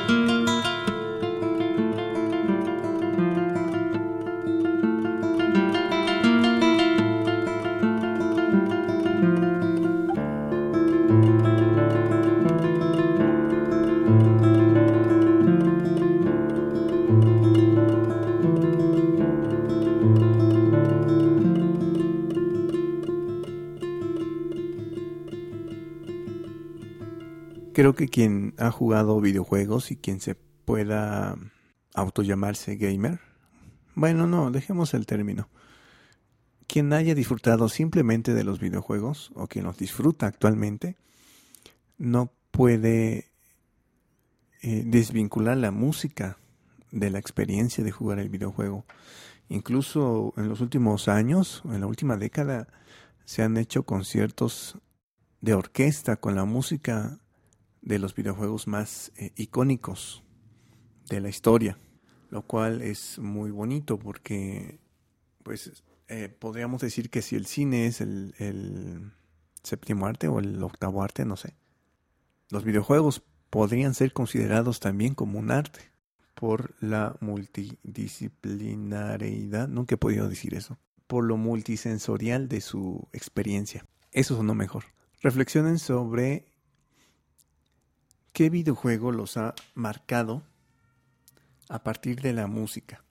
Creo que quien ha jugado videojuegos y quien se pueda autollamarse gamer, bueno, no, dejemos el término. Quien haya disfrutado simplemente de los videojuegos o quien los disfruta actualmente, no puede eh, desvincular la música de la experiencia de jugar el videojuego. Incluso en los últimos años, en la última década, se han hecho conciertos de orquesta con la música de los videojuegos más eh, icónicos de la historia, lo cual es muy bonito porque pues eh, podríamos decir que si el cine es el, el séptimo arte o el octavo arte, no sé, los videojuegos podrían ser considerados también como un arte por la multidisciplinariedad, nunca he podido decir eso, por lo multisensorial de su experiencia. Eso sonó mejor. Reflexionen sobre ¿Qué videojuego los ha marcado a partir de la música?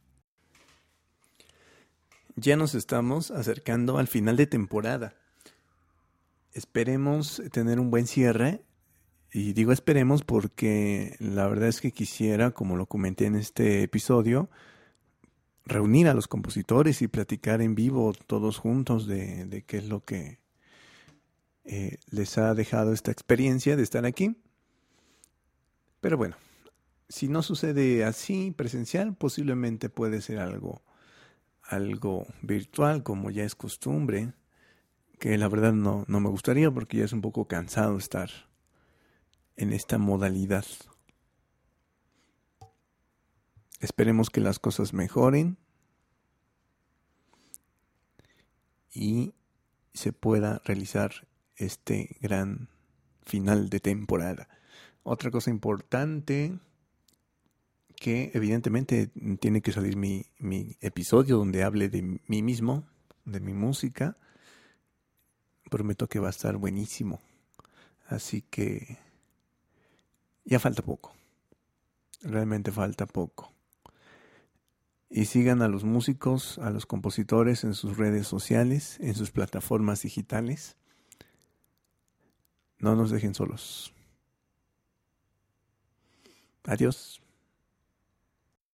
Ya nos estamos acercando al final de temporada. Esperemos tener un buen cierre. Y digo esperemos porque la verdad es que quisiera, como lo comenté en este episodio, reunir a los compositores y platicar en vivo todos juntos de, de qué es lo que eh, les ha dejado esta experiencia de estar aquí. Pero bueno, si no sucede así presencial, posiblemente puede ser algo, algo virtual, como ya es costumbre, que la verdad no, no me gustaría porque ya es un poco cansado estar en esta modalidad. Esperemos que las cosas mejoren y se pueda realizar este gran final de temporada. Otra cosa importante, que evidentemente tiene que salir mi, mi episodio donde hable de mí mismo, de mi música. Prometo que va a estar buenísimo. Así que ya falta poco. Realmente falta poco. Y sigan a los músicos, a los compositores en sus redes sociales, en sus plataformas digitales. No nos dejen solos. Adiós.